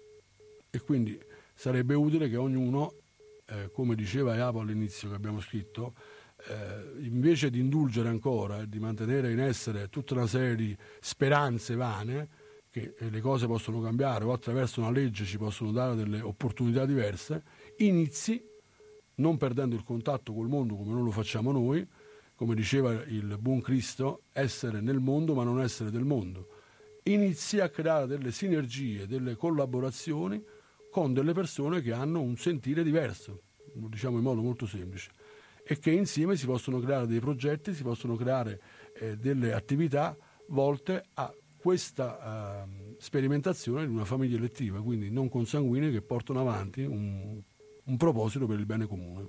e quindi sarebbe utile che ognuno, eh, come diceva Japo all'inizio che abbiamo scritto, eh, invece di indulgere ancora e di mantenere in essere tutta una serie di speranze vane che le cose possono cambiare o attraverso una legge ci possono dare delle opportunità diverse, inizi, non perdendo il contatto col mondo come non lo facciamo noi, come diceva il buon Cristo, essere nel mondo ma non essere del mondo. Inizi a creare delle sinergie, delle collaborazioni con delle persone che hanno un sentire diverso, lo diciamo in modo molto semplice, e che insieme si possono creare dei progetti, si possono creare eh, delle attività volte a questa eh, sperimentazione di una famiglia elettiva, quindi non consanguinei, che portano avanti un, un proposito per il bene comune.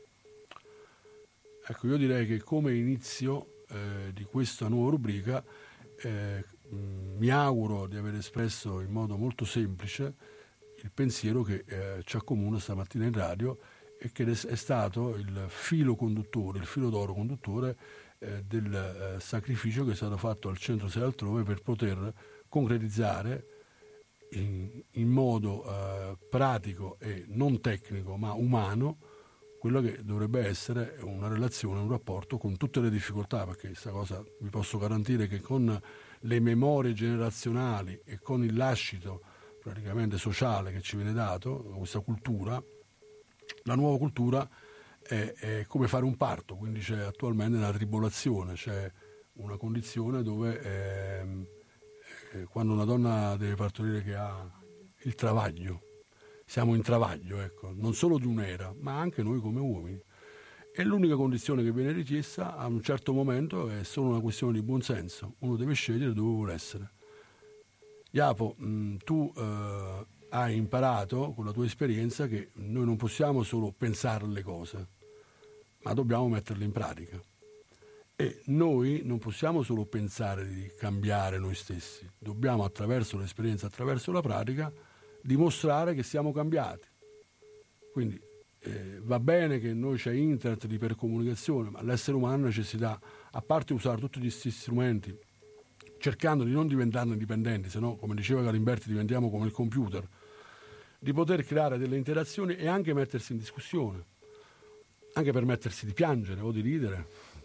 Ecco, io direi che come inizio eh, di questa nuova rubrica eh, mh, mi auguro di aver espresso in modo molto semplice il pensiero che eh, ci accomuna stamattina in radio e che è stato il filo conduttore, il filo d'oro conduttore eh, del eh, sacrificio che è stato fatto al centro sei altrove per poter concretizzare in, in modo eh, pratico e non tecnico ma umano quello che dovrebbe essere una relazione, un rapporto con tutte le difficoltà, perché questa cosa vi posso garantire che con le memorie generazionali e con il lascito praticamente sociale che ci viene dato, questa cultura, la nuova cultura è, è come fare un parto, quindi c'è attualmente una tribolazione, c'è una condizione dove eh, eh, quando una donna deve partorire che ha il travaglio, siamo in travaglio, ecco, non solo di un'era, ma anche noi come uomini. E l'unica condizione che viene richiesta a un certo momento è solo una questione di buonsenso. Uno deve scegliere dove vuole essere. Japo, mh, tu eh, hai imparato con la tua esperienza che noi non possiamo solo pensare alle cose, ma dobbiamo metterle in pratica. E noi non possiamo solo pensare di cambiare noi stessi, dobbiamo attraverso l'esperienza, attraverso la pratica, dimostrare che siamo cambiati. Quindi eh, va bene che noi c'è internet di ipercomunicazione, ma l'essere umano necessita, a parte usare tutti questi strumenti, cercando di non diventarne dipendenti, se no, come diceva Galimberti, diventiamo come il computer, di poter creare delle interazioni e anche mettersi in discussione, anche permettersi di piangere o di ridere, cioè,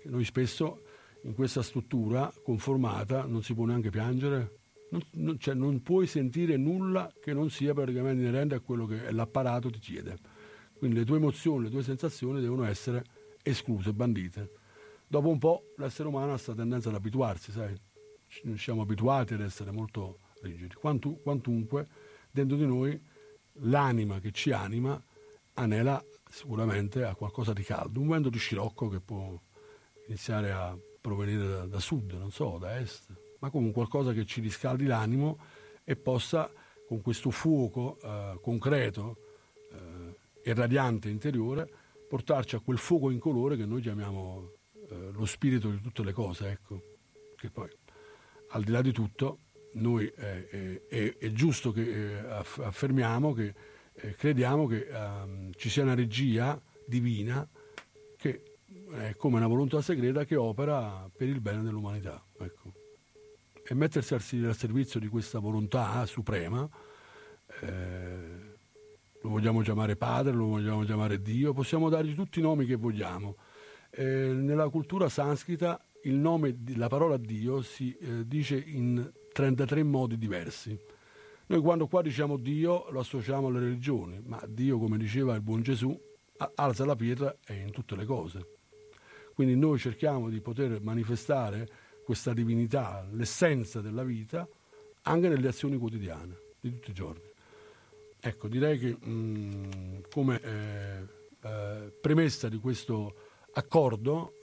noi spesso in questa struttura conformata non si può neanche piangere, non, non, cioè non puoi sentire nulla che non sia praticamente inerente a quello che l'apparato ti chiede. Quindi le tue emozioni, le tue sensazioni devono essere escluse, bandite. Dopo un po' l'essere umano ha questa tendenza ad abituarsi, sai? Ci siamo abituati ad essere molto rigidi. Quantu, quantunque dentro di noi l'anima che ci anima anela sicuramente a qualcosa di caldo, un vento di scirocco che può iniziare a provenire da, da sud, non so, da est, ma comunque qualcosa che ci riscaldi l'animo e possa, con questo fuoco eh, concreto eh, e radiante interiore, portarci a quel fuoco incolore che noi chiamiamo eh, lo spirito di tutte le cose, ecco. Che poi, al di là di tutto, noi eh, eh, è, è giusto che eh, affermiamo che eh, crediamo che eh, ci sia una regia divina che è come una volontà segreta che opera per il bene dell'umanità, ecco. E mettersi al, al servizio di questa volontà suprema, eh, lo vogliamo chiamare padre, lo vogliamo chiamare Dio, possiamo dargli tutti i nomi che vogliamo. Eh, nella cultura sanscrita il nome, la parola Dio si eh, dice in trentatré modi diversi. Noi quando qua diciamo Dio lo associamo alle religioni, ma Dio, come diceva il buon Gesù, alza la pietra e in tutte le cose. Quindi noi cerchiamo di poter manifestare questa divinità, l'essenza della vita, anche nelle azioni quotidiane di tutti i giorni. Ecco, direi che mh, come eh, eh, premessa di questo accordo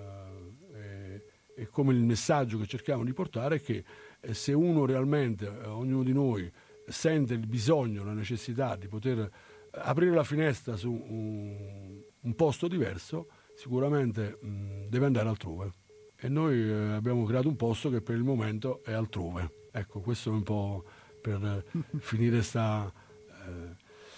eh, e, e come il messaggio che cerchiamo di portare è che eh, se uno realmente, eh, ognuno di noi, sente il bisogno, la necessità di poter aprire la finestra su un, un posto diverso, sicuramente mh, deve andare altrove. E noi eh, abbiamo creato un posto che per il momento è altrove. Ecco, questo è un po' per eh, finire sta... Eh,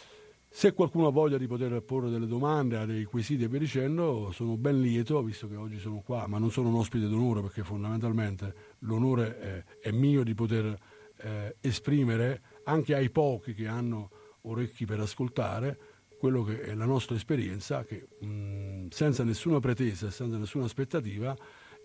se qualcuno ha voglia di poter porre delle domande, ha dei quesiti e via dicendo, sono ben lieto, visto che oggi sono qua, ma non sono un ospite d'onore, perché fondamentalmente l'onore è, è mio di poter eh, esprimere anche ai pochi che hanno orecchi per ascoltare quello che è la nostra esperienza, che mh, senza nessuna pretesa e senza nessuna aspettativa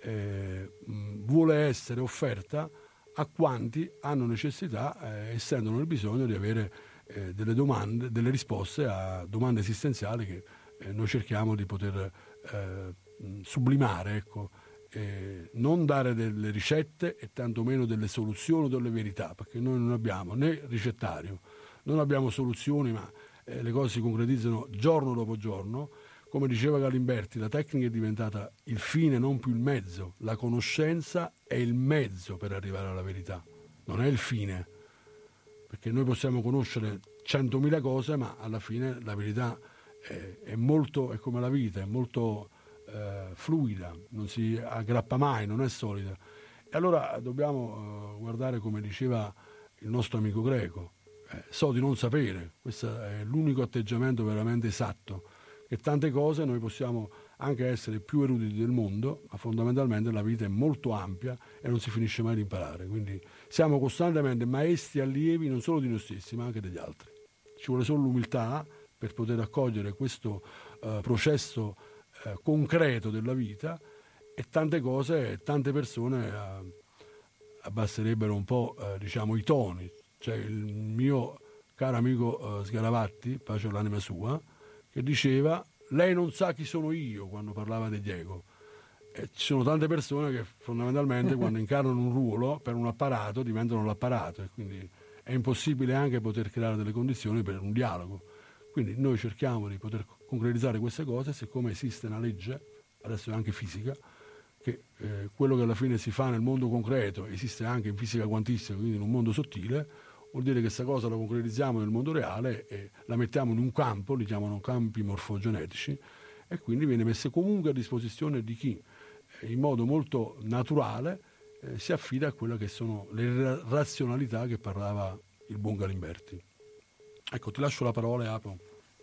eh, mh, vuole essere offerta a quanti hanno necessità eh, e sentono il bisogno di avere eh, delle domande, delle risposte a domande esistenziali che eh, noi cerchiamo di poter eh, sublimare, ecco. Eh, non dare delle ricette e tantomeno delle soluzioni o delle verità, perché noi non abbiamo né ricettario, non abbiamo soluzioni, ma eh, le cose si concretizzano giorno dopo giorno. Come diceva Galimberti, la tecnica è diventata il fine, non più il mezzo. La conoscenza è il mezzo per arrivare alla verità, non è il fine, perché noi possiamo conoscere centomila cose, ma alla fine la verità è, è molto, è come la vita, è molto eh, fluida, non si aggrappa mai, non è solida. E allora dobbiamo eh, guardare, come diceva il nostro amico greco, eh, so di non sapere. Questo è l'unico atteggiamento veramente esatto, che tante cose noi possiamo anche essere più eruditi del mondo, ma fondamentalmente la vita è molto ampia e non si finisce mai di imparare. Quindi siamo costantemente maestri allievi non solo di noi stessi, ma anche degli altri. Ci vuole solo l'umiltà per poter accogliere questo uh, processo uh, concreto della vita, e tante cose, tante persone uh, abbasserebbero un po' uh, diciamo i toni. C'è il mio caro amico uh, Sgaravatti, pace all'anima sua, che diceva: lei non sa chi sono io, quando parlava degli ego. E ci sono tante persone che fondamentalmente quando incarnano un ruolo per un apparato diventano l'apparato, e quindi è impossibile anche poter creare delle condizioni per un dialogo. Quindi noi cerchiamo di poter concretizzare queste cose, siccome esiste una legge, adesso è anche fisica, che eh, quello che alla fine si fa nel mondo concreto esiste anche in fisica quantistica, quindi in un mondo sottile. Vuol dire che questa cosa la concretizziamo nel mondo reale e la mettiamo in un campo, li chiamano campi morfogenetici, e quindi viene messa comunque a disposizione di chi in modo molto naturale eh, si affida a quelle che sono le razionalità che parlava il buon Galimberti. Ecco, ti lascio la parola e apro,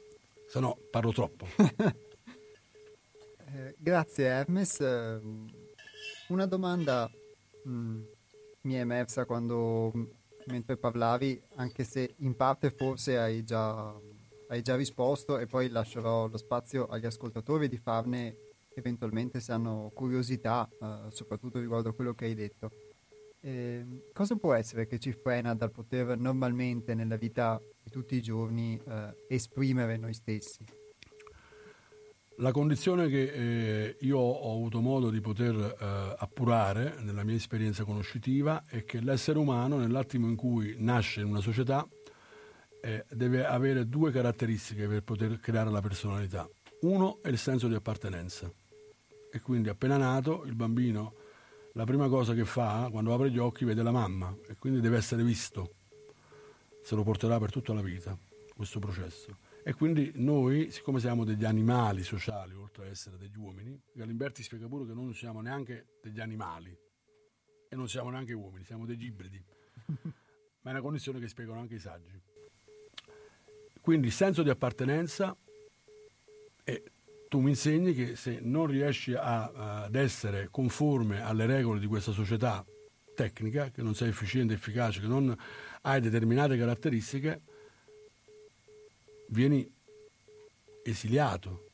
se no parlo troppo. eh, grazie Hermes. Eh, una domanda mh, mi è emersa quando... mentre parlavi, anche se in parte forse hai già, hai già risposto, e poi lascerò lo spazio agli ascoltatori di farne eventualmente se hanno curiosità, eh, soprattutto riguardo a quello che hai detto. Eh, cosa può essere che ci frena dal poter normalmente nella vita di tutti i giorni eh, esprimere noi stessi? La condizione che eh, io ho avuto modo di poter eh, appurare nella mia esperienza conoscitiva è che l'essere umano, nell'attimo in cui nasce in una società, eh, deve avere due caratteristiche per poter creare la personalità. Uno è il senso di appartenenza, e quindi appena nato il bambino, la prima cosa che fa quando apre gli occhi vede la mamma e quindi deve essere visto, se lo porterà per tutta la vita questo processo. E quindi noi, siccome siamo degli animali sociali, oltre ad essere degli uomini, Galimberti spiega pure che noi non siamo neanche degli animali e non siamo neanche uomini, siamo degli ibridi. Ma è una condizione che spiegano anche i saggi. Quindi il senso di appartenenza, e tu mi insegni che se non riesci a, ad essere conforme alle regole di questa società tecnica, che non sei efficiente, efficace, che non hai determinate caratteristiche, vieni esiliato,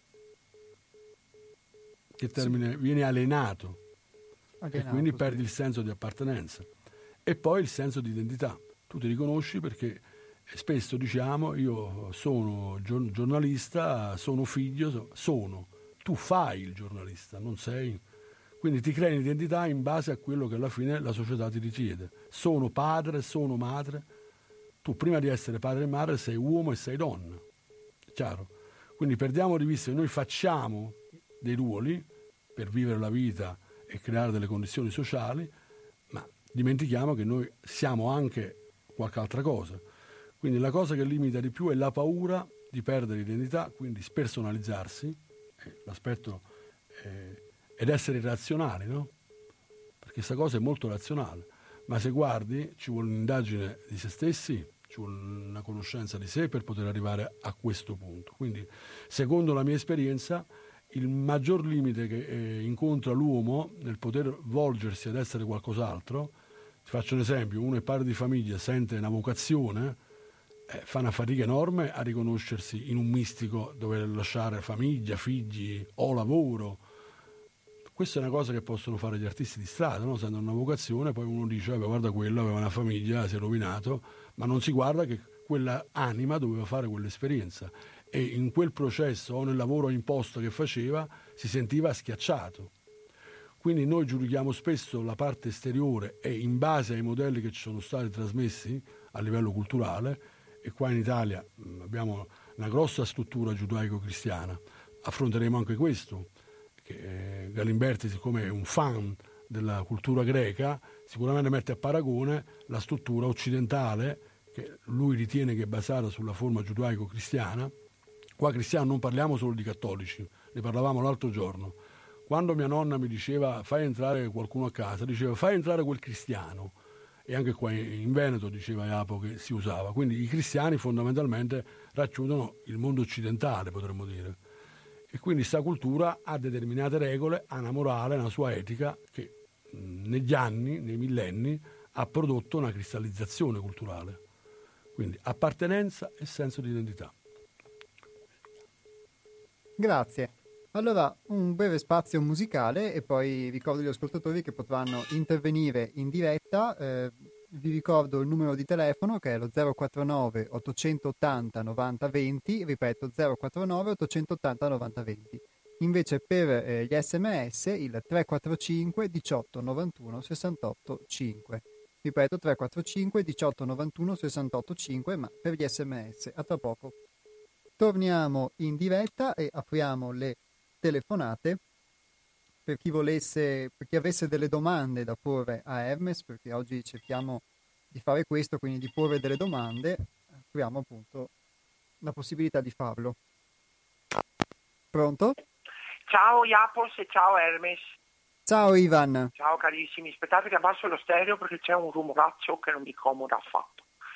che termine, sì. Vieni alienato, alienato e quindi sì. Perdi il senso di appartenenza e poi il senso di identità. Tu ti riconosci perché spesso diciamo io sono giornalista, sono figlio, sono, tu fai il giornalista, non sei, quindi ti crei un'identità in base a quello che alla fine la società ti richiede. Sono padre, sono madre. Tu prima di essere padre e madre sei uomo e sei donna, chiaro? Quindi perdiamo di vista che noi facciamo dei ruoli per vivere la vita e creare delle condizioni sociali, ma dimentichiamo che noi siamo anche qualche altra cosa. Quindi la cosa che limita di più è la paura di perdere l'identità, quindi spersonalizzarsi, eh, l'aspetto eh, ed essere irrazionali, no? Perché questa cosa è molto razionale, ma se guardi ci vuole un'indagine di se stessi, ci vuole una conoscenza di sé per poter arrivare a questo punto. Quindi, secondo la mia esperienza, il maggior limite che eh, incontra l'uomo nel poter volgersi ad essere qualcos'altro, ti faccio un esempio, uno è padre di famiglia, sente una vocazione, eh, fa una fatica enorme a riconoscersi in un mistico dove lasciare famiglia, figli o lavoro. Questa è una cosa che possono fare gli artisti di strada, no? Se hanno una vocazione, poi uno dice, vabbè, guarda quello, aveva una famiglia, si è rovinato, ma non si guarda che quella anima doveva fare quell'esperienza e in quel processo o nel lavoro imposto che faceva si sentiva schiacciato. Quindi noi giudichiamo spesso la parte esteriore e in base ai modelli che ci sono stati trasmessi a livello culturale, e qua in Italia mh, abbiamo una grossa struttura giudaico-cristiana, affronteremo anche questo, che eh, Galimberti, siccome è un fan della cultura greca, sicuramente mette a paragone la struttura occidentale che lui ritiene che è basata sulla forma giudaico-cristiana. Qua cristiano non parliamo solo di cattolici, ne parlavamo l'altro giorno. Quando mia nonna mi diceva fai entrare qualcuno a casa, diceva fai entrare quel cristiano, e anche qua in Veneto diceva Iapo che si usava. Quindi i cristiani fondamentalmente racchiudono il mondo occidentale, potremmo dire. E quindi questa cultura ha determinate regole, ha una morale, una sua etica che mh, negli anni, nei millenni, ha prodotto una cristallizzazione culturale. Quindi appartenenza e senso di identità. Grazie. Allora, un breve spazio musicale e poi ricordo agli ascoltatori che potranno intervenire in diretta. Eh, vi ricordo il numero di telefono che è lo zero quattro nove ottocentottanta novanta venti, ripeto zero quattro nove ottocentottanta novanta venti. Invece per eh, gli sms il tre quattro cinque diciotto novantuno sessantotto cinque. Ripeto tre quattro cinque diciotto novantuno sessantotto cinque, ma per gli sms. A tra poco. Torniamo in diretta e apriamo le telefonate per chi volesse, per chi avesse delle domande da porre a Hermes, perché oggi cerchiamo di fare questo, quindi di porre delle domande, apriamo appunto la possibilità di farlo. Pronto? Ciao Iapos e ciao Hermes. Ciao Ivan. Ciao carissimi, aspettate che abbasso lo stereo perché c'è un rumoraccio che non mi comoda affatto.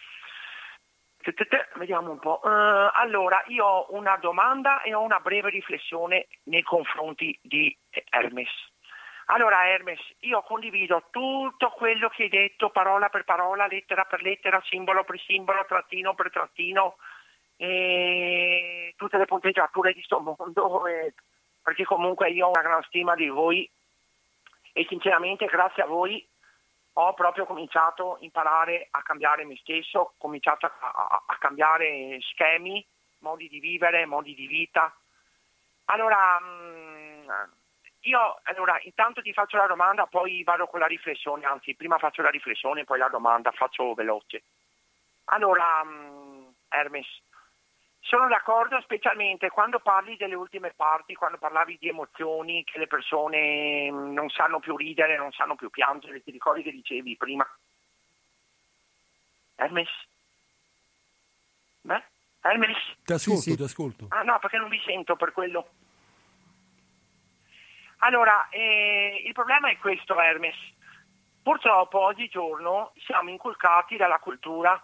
Vediamo un po'. Uh, allora, io ho una domanda e ho una breve riflessione nei confronti di Hermes. Allora Hermes, io condivido tutto quello che hai detto, parola per parola, lettera per lettera, simbolo per simbolo, trattino per trattino, e tutte le punteggiature di sto mondo. E perché comunque io ho una gran stima di voi e sinceramente grazie a voi ho proprio cominciato a imparare a cambiare me stesso, ho cominciato a, a, a cambiare schemi, modi di vivere, modi di vita. Allora, mh, io allora, intanto ti faccio la domanda, poi vado con la riflessione, anzi prima faccio la riflessione, poi la domanda, faccio veloce. Allora, mh, Hermes, sono d'accordo specialmente quando parli delle ultime parti, quando parlavi di emozioni, che le persone non sanno più ridere, non sanno più piangere, ti ricordi che dicevi prima? Hermes? Beh? Hermes? Ti ascolto, sì, sì. ti ascolto. Ah no, perché non vi sento per quello. Allora, eh, il problema è questo, Hermes. Purtroppo oggigiorno siamo inculcati dalla cultura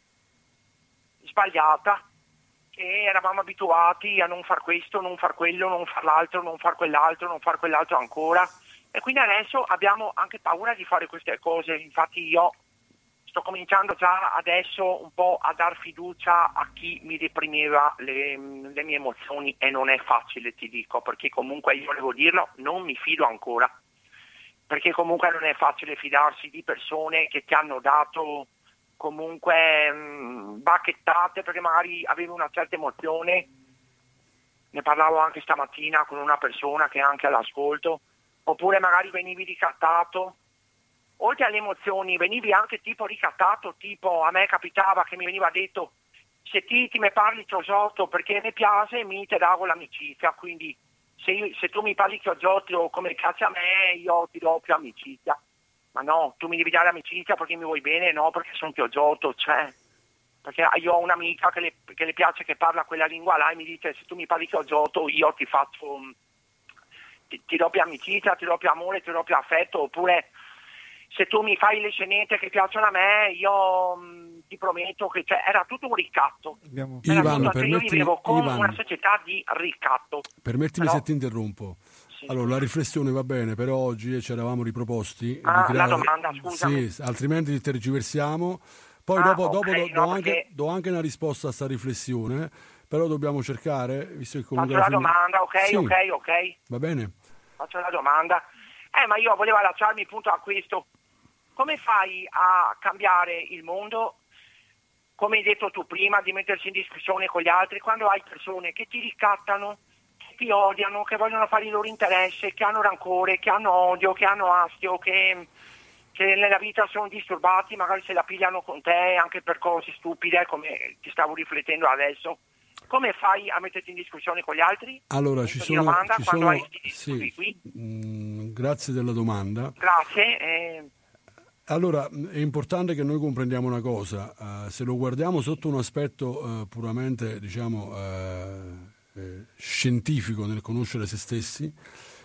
sbagliata, che eravamo abituati a non far questo, non far quello, non far l'altro, non far quell'altro, non far quell'altro ancora. E quindi adesso abbiamo anche paura di fare queste cose. Infatti io sto cominciando già adesso un po' a dar fiducia a chi mi reprimeva le, le mie emozioni, e non è facile, ti dico, perché comunque io volevo dirlo, non mi fido ancora, perché comunque non è facile fidarsi di persone che ti hanno dato comunque mh, bacchettate perché magari avevi una certa emozione. Ne parlavo anche stamattina con una persona che è anche all'ascolto, oppure magari venivi ricattato. Oltre alle emozioni venivi anche tipo ricattato, tipo a me capitava che mi veniva detto se ti, ti me parli chiosotto perché mi piace mi te davo l'amicizia, quindi se, io, se tu mi parli chiosotto come piace a me io ti do più amicizia. Ma no, tu mi devi dare amicizia perché mi vuoi bene, no perché sono chiosotto, cioè, perché io ho un'amica che le, che le piace che parla quella lingua là e mi dice se tu mi parli chiosotto io ti faccio, ti, ti do più amicizia, ti do più amore, ti do più affetto, oppure se tu mi fai le scenette che piacciono a me, io mh, ti prometto che cioè, era tutto un ricatto. Abbiamo... Era Ivan, tutto, cioè, io vivevo con Ivan, una società di ricatto. Permettimi Però, se ti interrompo. sì. Allora, la riflessione va bene, però oggi ci eravamo riproposti Ah, di creare... la domanda, scusami. Sì, altrimenti tergiversiamo. Poi Ah, dopo, ok, dopo do, no, do, anche, perché... do anche una risposta a sta riflessione, però dobbiamo cercare, visto che comunque... Faccio la fine... domanda, ok, sì. ok, ok. Va bene? Faccio la domanda. Eh, ma io volevo allacciarmi appunto a questo. Come fai a cambiare il mondo, come hai detto tu prima, di mettersi in discussione con gli altri, quando hai persone che ti ricattano, che ti odiano, che vogliono fare il loro interesse, che hanno rancore, che hanno odio, che hanno astio, che, che nella vita sono disturbati, magari se la pigliano con te anche per cose stupide, come ti stavo riflettendo adesso. Come fai a metterti in discussione con gli altri? Allora, ci sono... Domanda, ci quando sono hai sì, qui? mh, grazie della domanda. Grazie. Eh, Allora, è importante che noi comprendiamo una cosa, uh, se lo guardiamo sotto un aspetto uh, puramente, diciamo, uh, eh, scientifico nel conoscere se stessi,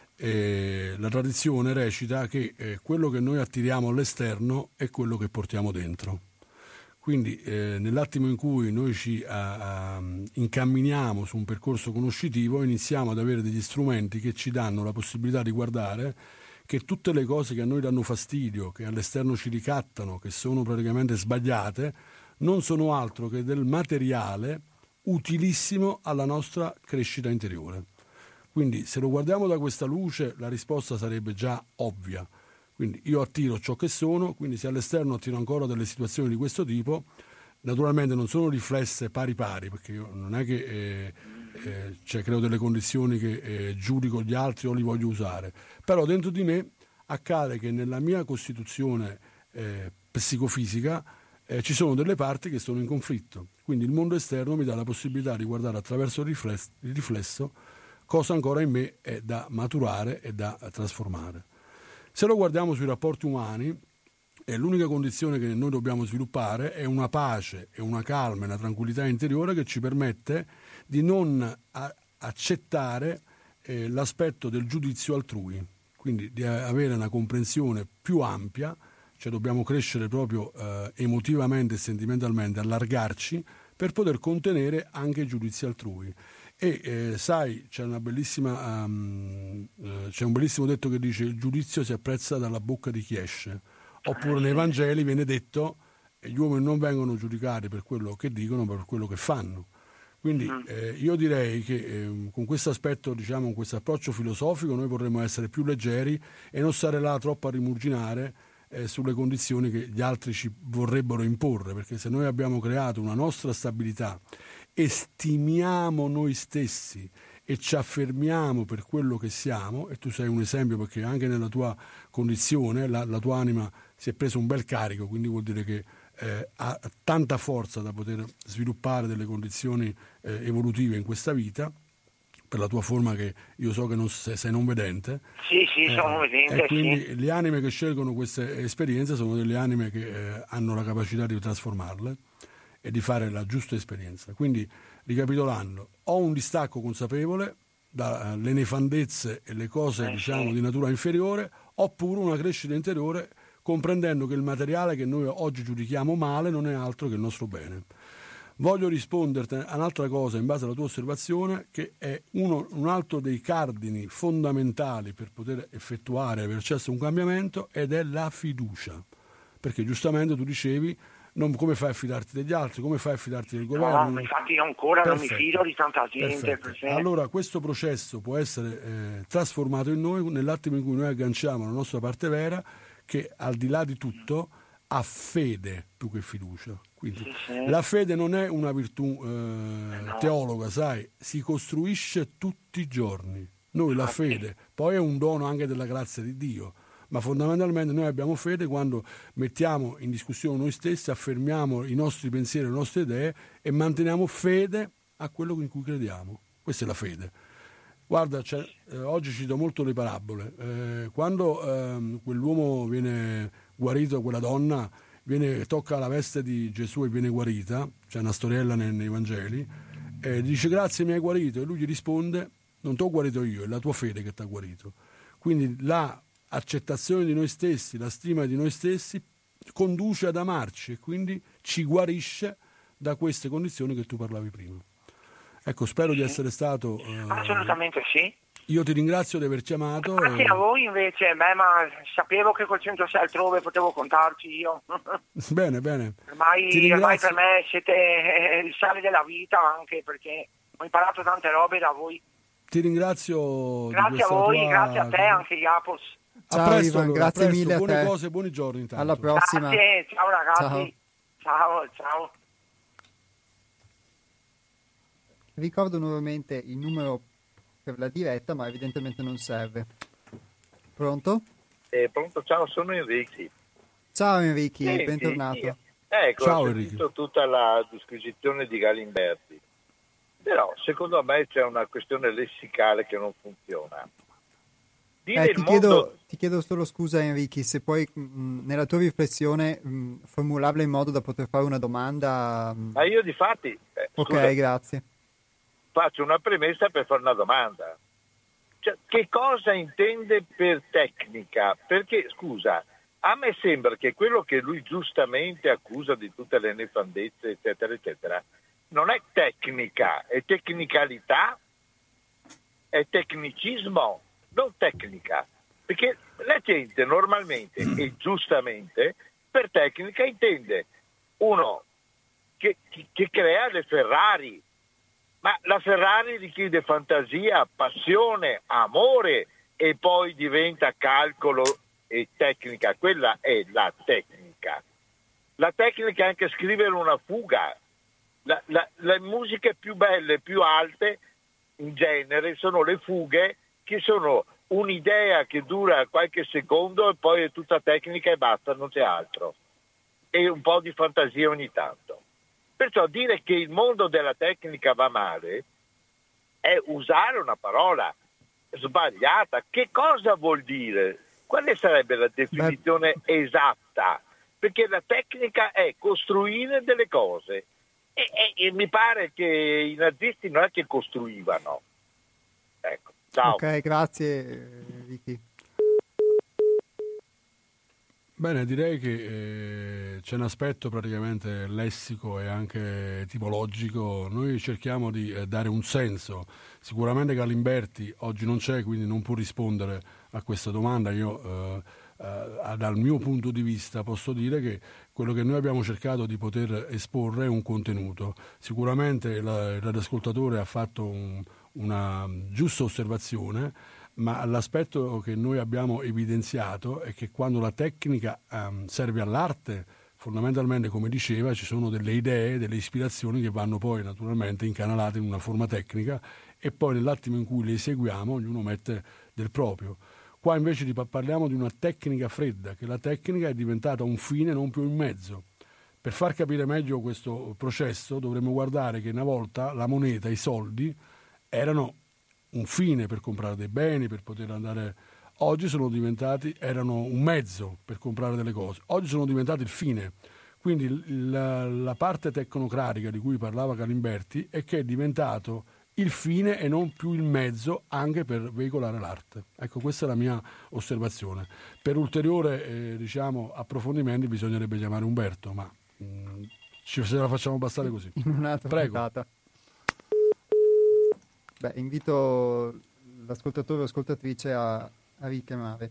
eh, la tradizione recita che eh, quello che noi attiriamo all'esterno è quello che portiamo dentro. Quindi eh, nell'attimo in cui noi ci uh, uh, incamminiamo su un percorso conoscitivo, iniziamo ad avere degli strumenti che ci danno la possibilità di guardare che tutte le cose che a noi danno fastidio, che all'esterno ci ricattano, che sono praticamente sbagliate, non sono altro che del materiale utilissimo alla nostra crescita interiore. Quindi se lo guardiamo da questa luce la risposta sarebbe già ovvia. Quindi io attiro ciò che sono, quindi se all'esterno attiro ancora delle situazioni di questo tipo, naturalmente non sono riflesse pari pari, perché io non è che eh, eh, cioè, creo delle condizioni che eh, giudico gli altri o li voglio usare, però dentro di me accade che nella mia costituzione eh, psicofisica eh, ci sono delle parti che sono in conflitto, quindi il mondo esterno mi dà la possibilità di guardare attraverso il riflesso, il riflesso cosa ancora in me è da maturare e da trasformare. Se lo guardiamo sui rapporti umani, e l'unica condizione che noi dobbiamo sviluppare è una pace e una calma e una tranquillità interiore che ci permette di non a- accettare eh, l'aspetto del giudizio altrui, quindi di avere una comprensione più ampia, cioè dobbiamo crescere proprio eh, emotivamente e sentimentalmente, allargarci per poter contenere anche i giudizi altrui. E eh, sai, c'è una bellissima um, eh, c'è un bellissimo detto che dice: il giudizio si apprezza dalla bocca di chi esce. Oppure nei Vangeli viene detto che gli uomini non vengono giudicati per quello che dicono, ma per quello che fanno. Quindi eh, io direi che eh, con questo aspetto, diciamo, con questo approccio filosofico, noi vorremmo essere più leggeri e non stare là troppo a rimurginare eh, sulle condizioni che gli altri ci vorrebbero imporre, perché se noi abbiamo creato una nostra stabilità e stimiamo noi stessi e ci affermiamo per quello che siamo, e tu sei un esempio perché anche nella tua condizione la, la tua anima si è preso un bel carico, quindi vuol dire che eh, ha tanta forza da poter sviluppare delle condizioni eh, evolutive in questa vita, per la tua forma che io so che non sei, sei non vedente. Sì, sì, eh, sono vedente, e quindi sì. le anime che scelgono queste esperienze sono delle anime che eh, hanno la capacità di trasformarle e di fare la giusta esperienza. Quindi, ricapitolando, ho un distacco consapevole dalle nefandezze e le cose, eh, diciamo, sì. di natura inferiore, oppure una crescita interiore, comprendendo che il materiale che noi oggi giudichiamo male non è altro che il nostro bene. Voglio risponderti a un'altra cosa in base alla tua osservazione, che è uno, un altro dei cardini fondamentali per poter effettuare, aver accesso a un cambiamento, ed è la fiducia. Perché giustamente tu dicevi, non, come fai a fidarti degli altri, come fai a fidarti del governo? No, infatti io ancora Perfetto. non mi fido di tanta gente. Perfetto. Allora questo processo può essere eh, trasformato in noi nell'attimo in cui noi agganciamo la nostra parte vera, che al di là di tutto ha fede più che fiducia. Quindi sì, sì. la fede non è una virtù eh, no. teologa, sai, si costruisce tutti i giorni. Noi la Infatti. fede, poi è un dono anche della grazia di Dio, ma fondamentalmente noi abbiamo fede quando mettiamo in discussione noi stessi, affermiamo i nostri pensieri, le nostre idee e manteniamo fede a quello in cui crediamo. Questa è la fede. Guarda, cioè, eh, oggi cito molto le parabole. Eh, quando eh, quell'uomo viene guarito, quella donna viene, tocca la veste di Gesù e viene guarita, c'è una storiella nei, nei Vangeli, e dice grazie mi hai guarito, e lui gli risponde non ti ho guarito io, è la tua fede che ti ha guarito. Quindi la accettazione di noi stessi, la stima di noi stessi conduce ad amarci e quindi ci guarisce da queste condizioni che tu parlavi prima. Ecco, spero sì. di essere stato... Eh, Assolutamente sì. Io ti ringrazio di aver chiamato. Grazie e... a voi invece, beh, ma sapevo che col centosei altrove potevo contarci io. Bene, bene. Ormai, ormai per me siete il sale della vita, anche perché ho imparato tante robe da voi. Ti ringrazio. Grazie a voi, tua... grazie a te, anche Iapos. Ciao a presto, Ivan, allora, grazie a presto, mille a buone te. cose, buoni giorni intanto. Alla prossima. Grazie, ciao ragazzi. Ciao, ciao. ciao. Ricordo nuovamente il numero per la diretta, ma evidentemente non serve. Pronto? Eh, pronto, ciao, sono Enrico. Ciao Enrico, Senti, bentornato. Io, ecco, ciao, ho sentito Enrico. Tutta la disquisizione di Galimberti. Però, secondo me, c'è una questione lessicale che non funziona. Dire Eh, il ti, mondo... chiedo, ti chiedo solo scusa Enrico, se puoi mh, nella tua riflessione mh, formularla in modo da poter fare una domanda. Mh. Ma io di fatti... Eh, ok, scusa, grazie. faccio una premessa per fare una domanda. Cioè, che cosa intende per tecnica? Perché, scusa, a me sembra che quello che lui giustamente accusa di tutte le nefandezze, eccetera, eccetera, non è tecnica, è tecnicalità, è tecnicismo, non tecnica. Perché la gente normalmente e giustamente per tecnica intende uno che, che crea le Ferrari, ma la Ferrari richiede fantasia, passione, amore e poi diventa calcolo e tecnica. Quella è la tecnica. La tecnica è anche scrivere una fuga. La, la, le musiche più belle, più alte, in genere, sono le fughe, che sono un'idea che dura qualche secondo e poi è tutta tecnica e basta, non c'è altro. E un po' di fantasia ogni tanto. Perciò dire che il mondo della tecnica va male è usare una parola sbagliata. Che cosa vuol dire? Quale sarebbe la definizione Beh. esatta? Perché la tecnica è costruire delle cose e, e, e mi pare che i nazisti non è che costruivano. Ecco, ciao. Ok, grazie Vicky. Bene, direi che eh, c'è un aspetto praticamente lessico e anche etimologico. Noi cerchiamo di eh, dare un senso. Sicuramente Galimberti oggi non c'è, quindi non può rispondere a questa domanda. Io eh, eh, dal mio punto di vista posso dire che quello che noi abbiamo cercato di poter esporre è un contenuto. Sicuramente la, il radioascoltatore ha fatto un, una giusta osservazione, ma l'aspetto che noi abbiamo evidenziato è che quando la tecnica um, serve all'arte, fondamentalmente, come diceva, ci sono delle idee, delle ispirazioni che vanno poi naturalmente incanalate in una forma tecnica e poi nell'attimo in cui le eseguiamo ognuno mette del proprio. Qua invece di, parliamo di una tecnica fredda, che la tecnica è diventata un fine, non più un mezzo. Per far capire meglio questo processo dovremmo guardare che una volta la moneta, i soldi, erano un fine per comprare dei beni, per poter andare... Oggi sono diventati, erano un mezzo per comprare delle cose. Oggi sono diventati il fine. Quindi la, la parte tecnocratica di cui parlava Galimberti è che è diventato il fine e non più il mezzo anche per veicolare l'arte. Ecco, questa è la mia osservazione. Per ulteriore eh, diciamo, approfondimenti bisognerebbe chiamare Umberto, ma mh, ci, se la facciamo bastare così. In un'altra Prego. puntata. Beh, invito l'ascoltatore o l'ascoltatrice a, a richiamare.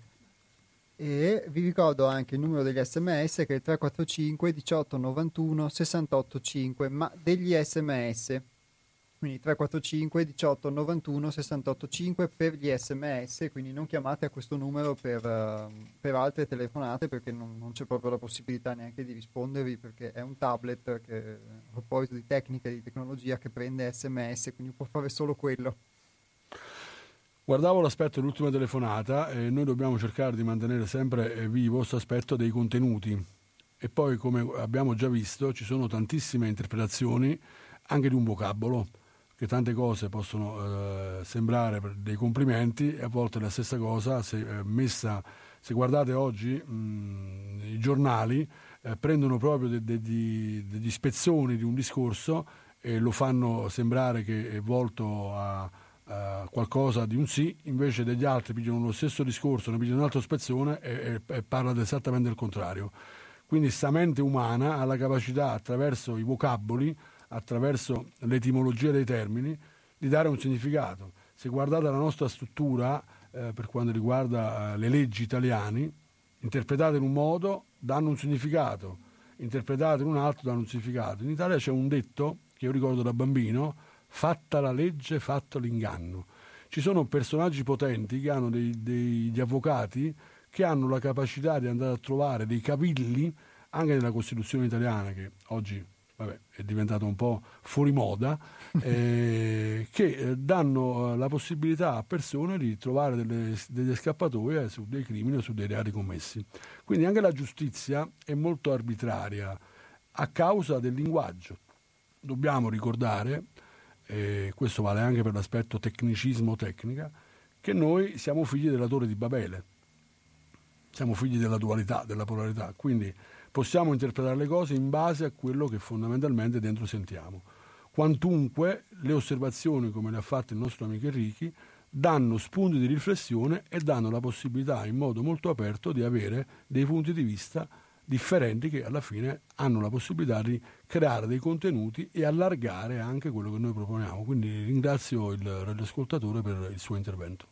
E vi ricordo anche il numero degli sms che è il tre quattro cinque diciotto novantuno sessantotto cinque, ma degli sms. Quindi tre quattro cinque diciotto novantuno sessantotto cinque per gli sms, quindi non chiamate a questo numero per, uh, per altre telefonate perché non, non c'è proprio la possibilità neanche di rispondervi, perché è un tablet che, a proposito di tecnica e di tecnologia, che prende sms, quindi può fare solo quello. Guardavo l'aspetto dell'ultima telefonata e noi dobbiamo cercare di mantenere sempre vivo questo aspetto dei contenuti e poi, come abbiamo già visto, ci sono tantissime interpretazioni anche di un vocabolo, che tante cose possono eh, sembrare dei complimenti e a volte la stessa cosa se eh, messa, se guardate oggi mh, i giornali eh, prendono proprio de, de, de, degli spezzoni di un discorso e lo fanno sembrare che è volto a, a qualcosa di un sì, invece degli altri pigliano lo stesso discorso, ne pigliano un altro spezzone e, e, e parla esattamente il contrario. Quindi sta mente umana ha la capacità, attraverso i vocaboli, attraverso l'etimologia dei termini, di dare un significato. Se guardate la nostra struttura eh, per quanto riguarda eh, le leggi italiane, interpretate in un modo danno un significato, interpretate in un altro danno un significato. In Italia c'è un detto che io ricordo da bambino: fatta la legge, fatto l'inganno. Ci sono personaggi potenti che hanno dei, degli avvocati che hanno la capacità di andare a trovare dei cavilli anche nella Costituzione italiana, che oggi vabbè, è diventato un po' fuori moda, eh, che eh, danno eh, la possibilità a persone di trovare delle, delle scappatoie su dei crimini o su dei reati commessi. Quindi anche la giustizia è molto arbitraria a causa del linguaggio. Dobbiamo ricordare, e questo vale anche per l'aspetto tecnicismo-tecnica, che noi siamo figli della Torre di Babele, siamo figli della dualità, della polarità, quindi possiamo interpretare le cose in base a quello che fondamentalmente dentro sentiamo. Quantunque le osservazioni, come le ha fatte il nostro amico Enrichi, danno spunti di riflessione e danno la possibilità in modo molto aperto di avere dei punti di vista differenti che alla fine hanno la possibilità di creare dei contenuti e allargare anche quello che noi proponiamo. Quindi ringrazio il radioascoltatore per il suo intervento.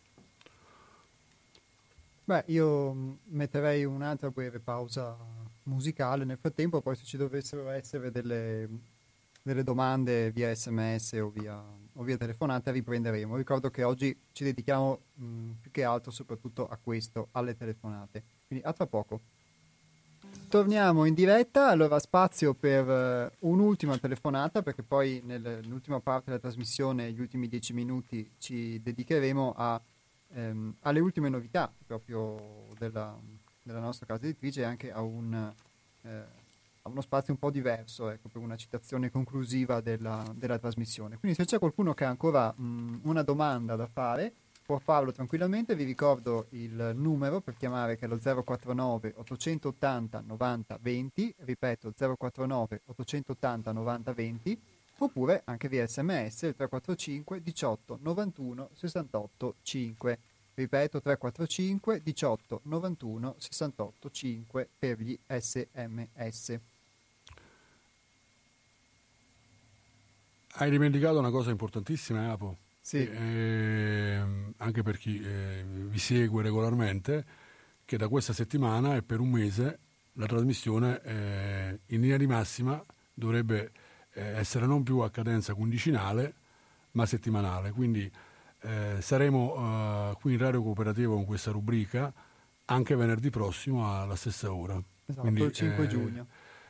Beh, io metterei un'altra breve pausa musicale nel frattempo, poi se ci dovessero essere delle, delle domande via sms o via, o via telefonata riprenderemo. Ricordo che oggi ci dedichiamo mh, più che altro soprattutto a questo, alle telefonate. Quindi a tra poco. Torniamo in diretta, allora spazio per uh, un'ultima telefonata, perché poi nel, nell'ultima parte della trasmissione, gli ultimi dieci minuti, ci dedicheremo a ehm, alle ultime novità proprio della, della nostra casa editrice e anche a, un, eh, a uno spazio un po' diverso, ecco, per una citazione conclusiva della, della trasmissione. Quindi se c'è qualcuno che ha ancora mh, una domanda da fare, può farlo tranquillamente. Vi ricordo il numero per chiamare, che è lo zero quattro nove ottocentottanta novanta venti, ripeto zero quattro nove ottocentottanta novanta venti, oppure anche via sms il tre quattro cinque diciotto novantuno sessantotto cinque, ripeto tre quattro cinque diciotto novantuno sessantotto cinque per gli sms. Hai dimenticato una cosa importantissima, Apo. Sì. Eh, anche per chi eh, vi segue regolarmente, che da questa settimana e per un mese la trasmissione eh, in linea di massima dovrebbe eh, essere non più a cadenza quindicinale ma settimanale, quindi eh, saremo eh, qui in Radio Cooperativa con questa rubrica anche venerdì prossimo alla stessa ora. Esatto, quindi, il cinque eh, giugno.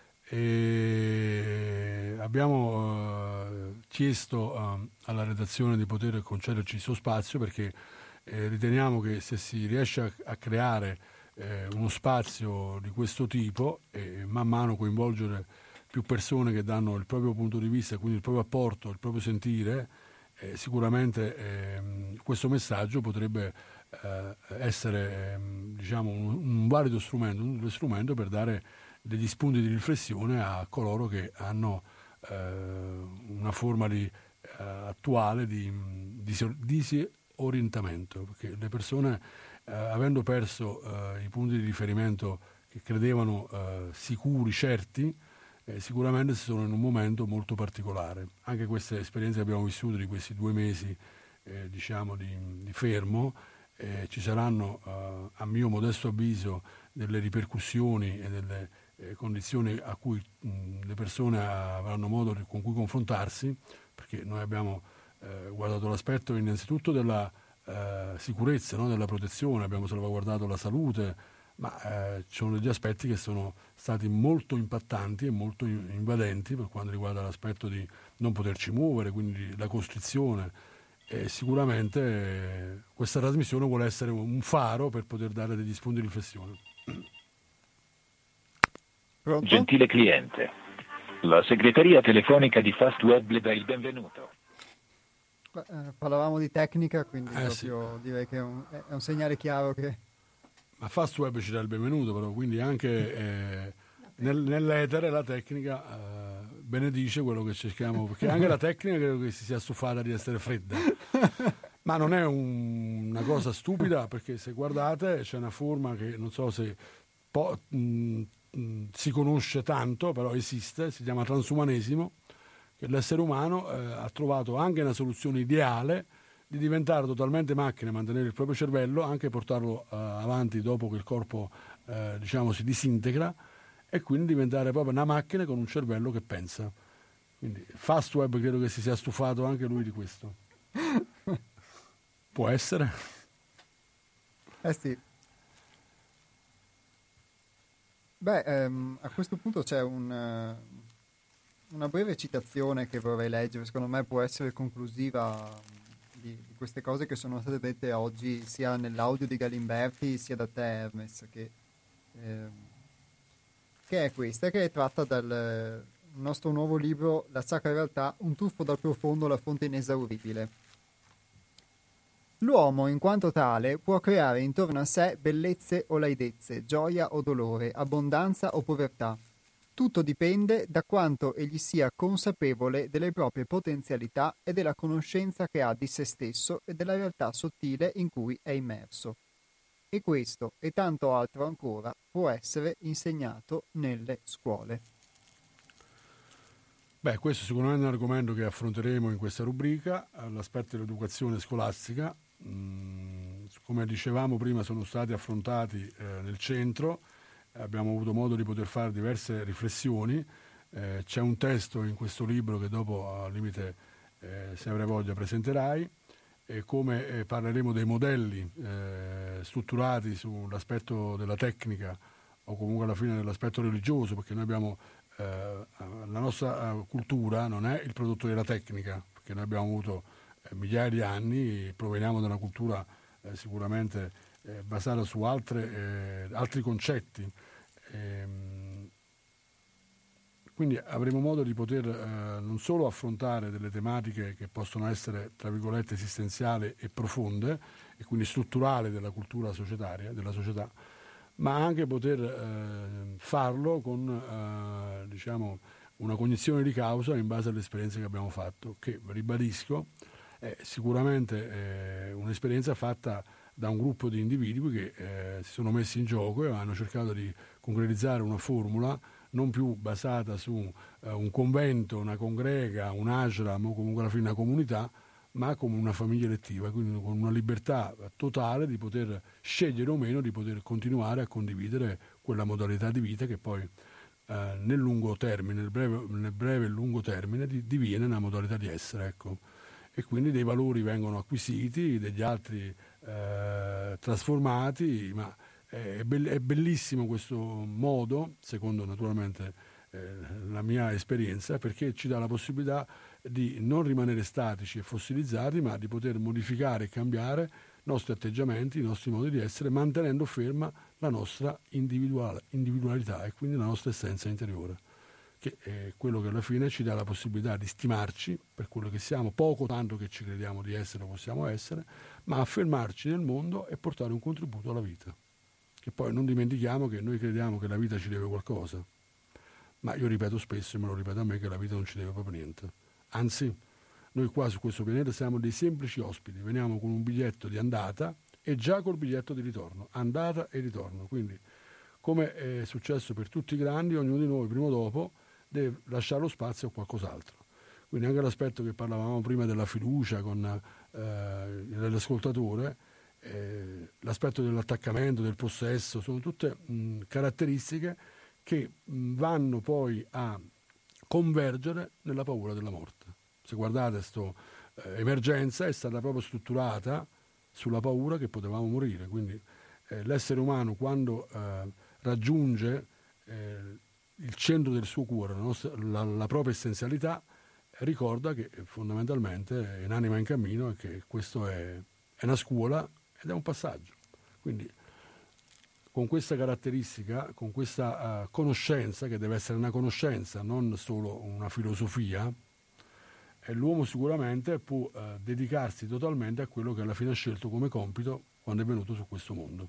E abbiamo eh, chiesto eh, alla redazione di poter concederci il suo spazio perché eh, riteniamo che se si riesce a, a creare eh, uno spazio di questo tipo e man mano coinvolgere più persone che danno il proprio punto di vista, quindi il proprio apporto, il proprio sentire, eh, sicuramente eh, questo messaggio potrebbe eh, essere eh, diciamo un, un valido strumento, un strumento per dare degli spunti di riflessione a coloro che hanno eh, una forma di, eh, attuale di, di disorientamento, perché le persone eh, avendo perso eh, i punti di riferimento che credevano eh, sicuri, certi, eh, sicuramente si sono in un momento molto particolare. Anche queste esperienze che abbiamo vissuto di questi due mesi eh, diciamo di, di fermo, eh, ci saranno eh, a mio modesto avviso delle ripercussioni e delle eh, condizioni a cui mh, le persone avranno modo di, con cui confrontarsi, perché noi abbiamo eh, guardato l'aspetto innanzitutto della eh, sicurezza, no? Della protezione, abbiamo salvaguardato la salute, ma eh, ci sono degli aspetti che sono stati molto impattanti e molto invadenti per quanto riguarda l'aspetto di non poterci muovere, quindi la costrizione. E sicuramente eh, questa trasmissione vuole essere un faro per poter dare degli spunti di riflessione. Pronto? Gentile cliente, la segreteria telefonica di Fastweb le dà il benvenuto. Eh, parlavamo di tecnica, quindi Eh, proprio sì. direi che è un, è un segnale chiaro che... Ma Fastweb ci dà il benvenuto, però, quindi anche eh, nel, nell'etere la tecnica eh, benedice quello che cerchiamo, perché anche la tecnica credo che si sia stufata di essere fredda. Ma non è un, una cosa stupida, perché se guardate c'è una forma che non so se po- mh, mh, si conosce tanto, però esiste, si chiama transumanesimo, che l'essere umano eh, ha trovato anche una soluzione ideale di diventare totalmente macchina, mantenere il proprio cervello, anche portarlo eh, avanti dopo che il corpo eh, diciamo si disintegra, e quindi diventare proprio una macchina con un cervello che pensa. Quindi Fastweb credo che si sia stufato anche lui di questo. Può essere? Eh sì. Beh, ehm, a questo punto c'è un, uh, una breve citazione che vorrei leggere, secondo me può essere conclusiva di, di queste cose che sono state dette oggi sia nell'audio di Galimberti sia da te, Hermes, che, ehm, che è questa, che è tratta dal nostro nuovo libro La Sacra Realtà, un tuffo dal profondo, la fonte inesauribile. L'uomo, in quanto tale, può creare intorno a sé bellezze o laidezze, gioia o dolore, abbondanza o povertà. Tutto dipende da quanto egli sia consapevole delle proprie potenzialità e della conoscenza che ha di se stesso e della realtà sottile in cui è immerso. E questo, e tanto altro ancora, può essere insegnato nelle scuole. Beh, questo sicuramente è un argomento che affronteremo in questa rubrica, l'aspetto dell'educazione scolastica. Mm, come dicevamo prima, sono stati affrontati eh, nel centro, abbiamo avuto modo di poter fare diverse riflessioni. Eh, c'è un testo in questo libro che dopo, al limite, eh, se avrai voglia, presenterai, e come eh, parleremo dei modelli eh, strutturati sull'aspetto della tecnica o comunque alla fine dell'aspetto religioso, perché noi abbiamo eh, la nostra cultura non è il prodotto della tecnica, perché noi abbiamo avuto eh, migliaia di anni, proveniamo da una cultura eh, sicuramente eh, basata su altre, eh, altri concetti. Ehm, quindi avremo modo di poter eh, non solo affrontare delle tematiche che possono essere, tra virgolette, esistenziali e profonde, e quindi strutturali della cultura societaria, della società, ma anche poter eh, farlo con eh, diciamo una cognizione di causa in base alle esperienze che abbiamo fatto, che, ribadisco, è sicuramente eh, un'esperienza fatta da un gruppo di individui che eh, si sono messi in gioco e hanno cercato di concretizzare una formula non più basata su eh, un convento, una congrega, un ashram o comunque alla fine una comunità, ma come una famiglia elettiva, quindi con una libertà totale di poter scegliere o meno di poter continuare a condividere quella modalità di vita che poi eh, nel lungo termine, nel breve, nel breve e lungo termine di, diviene una modalità di essere, ecco. E quindi dei valori vengono acquisiti, degli altri eh, trasformati, ma è, be- è bellissimo questo modo, secondo naturalmente eh, la mia esperienza, perché ci dà la possibilità di non rimanere statici e fossilizzati, ma di poter modificare e cambiare i nostri atteggiamenti, i nostri modi di essere, mantenendo ferma la nostra individual- individualità e quindi la nostra essenza interiore, che è quello che alla fine ci dà la possibilità di stimarci per quello che siamo, poco tanto che ci crediamo di essere o possiamo essere, ma affermarci nel mondo e portare un contributo alla vita. Che poi non dimentichiamo che noi crediamo che la vita ci deve qualcosa, ma io ripeto spesso, e me lo ripeto a me, che la vita non ci deve proprio niente. Anzi, noi qua su questo pianeta siamo dei semplici ospiti, veniamo con un biglietto di andata e già col biglietto di ritorno, andata e ritorno. Quindi, come è successo per tutti i grandi, ognuno di noi prima o dopo deve lasciare lo spazio a qualcos'altro. Quindi anche l'aspetto che parlavamo prima della fiducia con eh, l'ascoltatore, eh, l'aspetto dell'attaccamento, del possesso, sono tutte mh, caratteristiche che mh, vanno poi a convergere nella paura della morte. Se guardate, questa eh, emergenza è stata proprio strutturata sulla paura che potevamo morire. Quindi eh, l'essere umano, quando eh, raggiunge eh, il centro del suo cuore, la, nostra, la, la propria essenzialità, ricorda che fondamentalmente è un'anima in cammino e che questo è, è una scuola ed è un passaggio. Quindi con questa caratteristica, con questa uh, conoscenza, che deve essere una conoscenza, non solo una filosofia, e l'uomo sicuramente può uh, dedicarsi totalmente a quello che alla fine ha scelto come compito quando è venuto su questo mondo.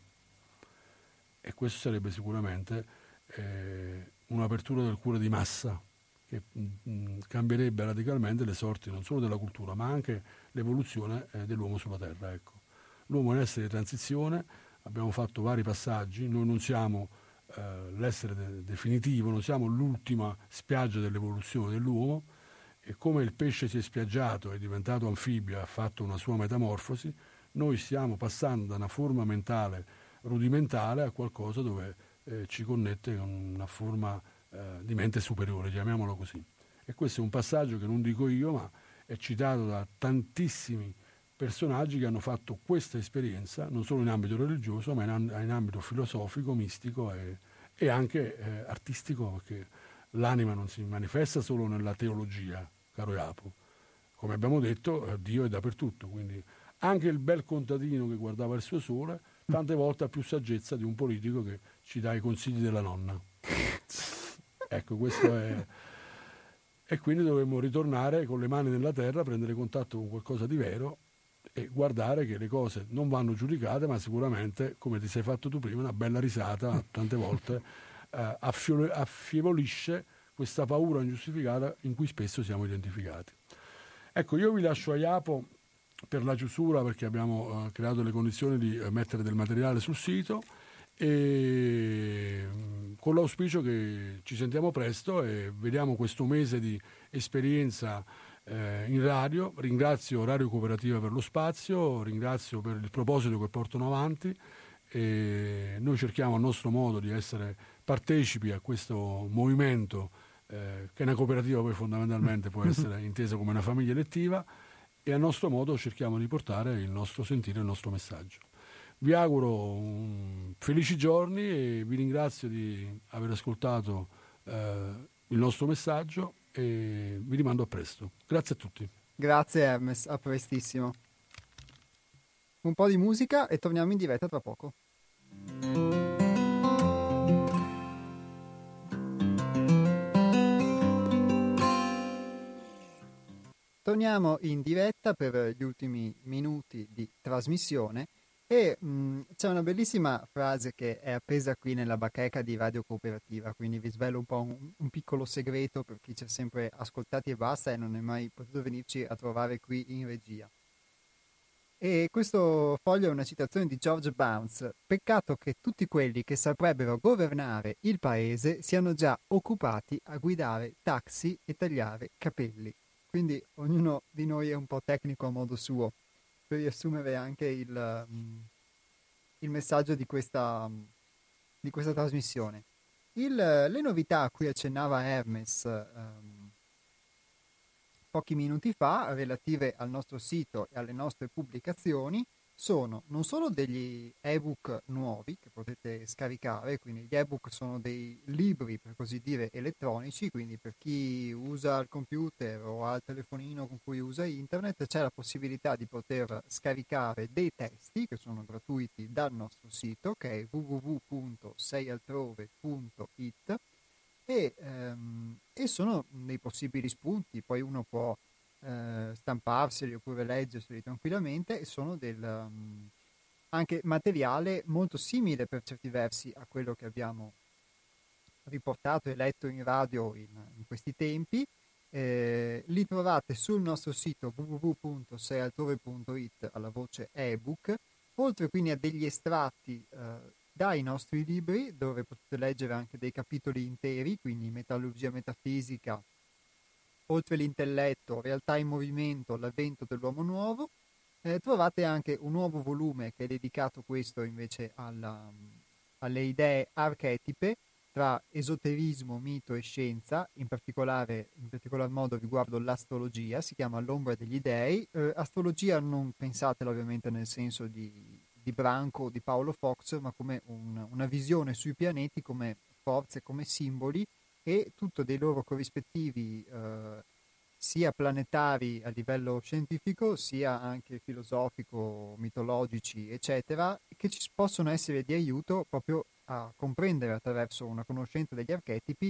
E questo sarebbe sicuramente eh, un'apertura del cuore di massa che mh, cambierebbe radicalmente le sorti non solo della cultura, ma anche l'evoluzione eh, dell'uomo sulla Terra. Ecco. L'uomo è un essere di transizione, abbiamo fatto vari passaggi, noi non siamo eh, l'essere de- definitivo, non siamo l'ultima spiaggia dell'evoluzione dell'uomo, e come il pesce si è spiaggiato, è diventato anfibio, ha fatto una sua metamorfosi, noi stiamo passando da una forma mentale rudimentale a qualcosa dove eh, ci connette con una forma eh, di mente superiore, chiamiamolo così. E questo è un passaggio che non dico io, ma è citato da tantissimi personaggi che hanno fatto questa esperienza, non solo in ambito religioso, ma in, in ambito filosofico, mistico e, e anche eh, artistico, perché l'anima non si manifesta solo nella teologia, caro Jacopo. Come abbiamo detto, eh, Dio è dappertutto, quindi anche il bel contadino che guardava il suo sole tante volte ha più saggezza di un politico che ci dà i consigli della nonna. Ecco, questo è... E quindi dovremmo ritornare con le mani nella terra, prendere contatto con qualcosa di vero e guardare che le cose non vanno giudicate, ma sicuramente, come ti sei fatto tu prima, una bella risata tante volte eh, affio- affievolisce questa paura ingiustificata in cui spesso siamo identificati. Ecco, io vi lascio a Jacopo per la chiusura, perché abbiamo uh, creato le condizioni di uh, mettere del materiale sul sito, e um, con l'auspicio che ci sentiamo presto e vediamo questo mese di esperienza eh, in radio. Ringrazio Radio Cooperativa per lo spazio, ringrazio per il proposito che portano avanti, e noi cerchiamo a nostro modo di essere partecipi a questo movimento eh, che una cooperativa poi fondamentalmente può essere intesa come una famiglia elettiva, e a nostro modo cerchiamo di portare il nostro sentire, il nostro messaggio. Vi auguro un felici giorni e vi ringrazio di aver ascoltato eh, il nostro messaggio e vi rimando a presto. Grazie a tutti. Grazie Hermes, a prestissimo. Un po' di musica e torniamo in diretta tra poco. Torniamo in diretta per gli ultimi minuti di trasmissione e mh, c'è una bellissima frase che è appesa qui nella bacheca di Radio Cooperativa, quindi vi svelo un po' un, un piccolo segreto per chi ci ha sempre ascoltati e basta e non è mai potuto venirci a trovare qui in regia. E questo foglio è una citazione di George Bounce: peccato che tutti quelli che saprebbero governare il paese siano già occupati a guidare taxi e tagliare capelli. quindi ognuno di noi è un po' tecnico a modo suo, per riassumere anche il, um, il messaggio di questa, um, di questa trasmissione. Il, le novità a cui accennava Hermes um, pochi minuti fa, relative al nostro sito e alle nostre pubblicazioni, sono non solo degli ebook nuovi che potete scaricare, quindi gli ebook sono dei libri per così dire elettronici, quindi per chi usa il computer o ha il telefonino con cui usa internet c'è la possibilità di poter scaricare dei testi che sono gratuiti dal nostro sito, che è w w w punto sei altrove punto i t, e, ehm, e sono dei possibili spunti, poi uno può eh, stamparseli oppure leggerseli tranquillamente, e sono del um, anche materiale molto simile per certi versi a quello che abbiamo riportato e letto in radio in, in questi tempi. Eh, li trovate sul nostro sito w w w punto sei altrove punto i t alla voce ebook, oltre quindi a degli estratti eh, dai nostri libri, dove potete leggere anche dei capitoli interi, quindi metallurgia metafisica, oltre l'intelletto, realtà in movimento, l'avvento dell'uomo nuovo. Eh, trovate anche un nuovo volume che è dedicato questo invece alla, alle idee archetipe tra esoterismo, mito e scienza, in particolare, in particolar modo riguardo l'astrologia, si chiama L'ombra degli dei. Eh, astrologia non pensatela ovviamente nel senso di, di Branco o di Paolo Fox, ma come un, una visione sui pianeti come forze, come simboli, e tutto dei loro corrispettivi eh, sia planetari a livello scientifico, sia anche filosofico, mitologici, eccetera, che ci possono essere di aiuto proprio a comprendere attraverso una conoscenza degli archetipi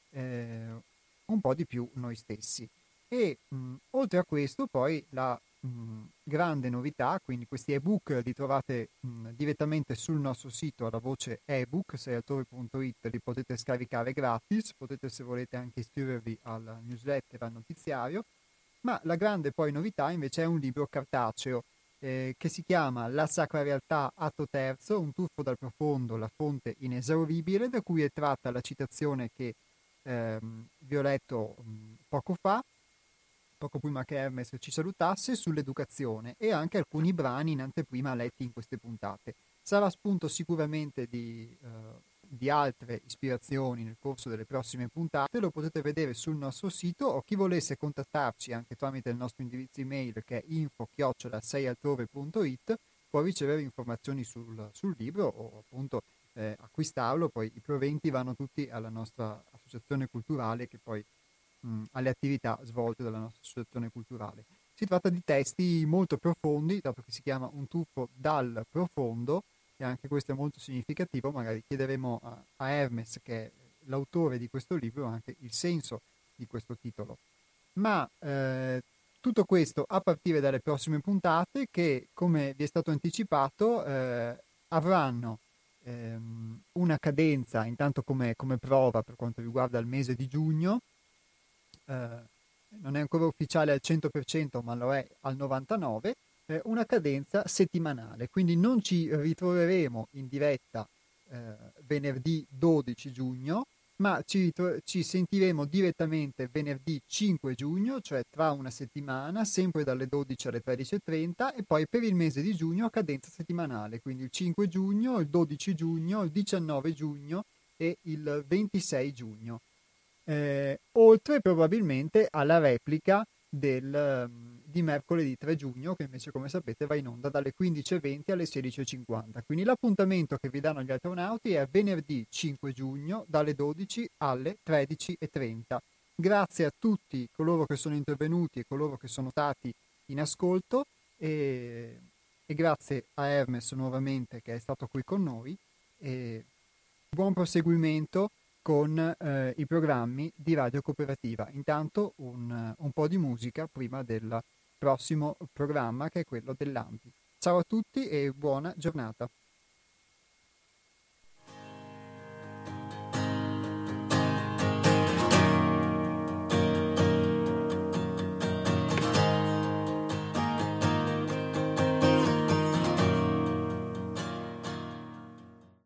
eh, un po' di più noi stessi. E mh, oltre a questo poi la mh, grande novità, quindi questi ebook li trovate mh, direttamente sul nostro sito alla voce ebook, sei altrove punto i t, li potete scaricare gratis, potete se volete anche iscrivervi al newsletter, al notiziario, ma la grande poi novità invece è un libro cartaceo eh, che si chiama La Sacra Realtà, atto terzo, un tuffo dal profondo, la fonte inesauribile, da cui è tratta la citazione che ehm, vi ho letto mh, poco fa, poco prima che Hermes ci salutasse, sull'educazione, e anche alcuni brani in anteprima letti in queste puntate. Sarà spunto sicuramente di, uh, di altre ispirazioni nel corso delle prossime puntate, lo potete vedere sul nostro sito, o chi volesse contattarci anche tramite il nostro indirizzo email che è info chiocciola sei altrove punto i t può ricevere informazioni sul, sul libro o appunto eh, acquistarlo. Poi i proventi vanno tutti alla nostra associazione culturale, che poi alle attività svolte dalla nostra associazione culturale. Si tratta di testi molto profondi, dato che si chiama Un tuffo dal profondo, e anche questo è molto significativo. Magari chiederemo a, a Hermes, che è l'autore di questo libro, anche il senso di questo titolo. Ma eh, tutto questo a partire dalle prossime puntate, che, come vi è stato anticipato, eh, avranno ehm, una cadenza, intanto come, come prova per quanto riguarda il mese di giugno. Uh, non è ancora ufficiale al cento per cento, ma lo è al novantanove per cento, eh, una cadenza settimanale, quindi non ci ritroveremo in diretta eh, venerdì dodici giugno, ma ci, ci sentiremo direttamente venerdì cinque giugno, cioè tra una settimana, sempre dalle dodici alle tredici e trenta, e poi per il mese di giugno cadenza settimanale, quindi il cinque giugno, il dodici giugno, il diciannove giugno e il ventisei giugno. Eh, oltre probabilmente alla replica del, di mercoledì tre giugno, che invece, come sapete, va in onda dalle quindici e venti alle sedici e cinquanta. Quindi l'appuntamento che vi danno gli astronauti è venerdì cinque giugno dalle dodici alle tredici e trenta. Grazie a tutti coloro che sono intervenuti e coloro che sono stati in ascolto, e, e grazie a Hermes nuovamente, che è stato qui con noi, e buon proseguimento con eh, i programmi di Radio Cooperativa. Intanto un, un po' di musica prima del prossimo programma, che è quello dell'A M P I. Ciao a tutti e buona giornata.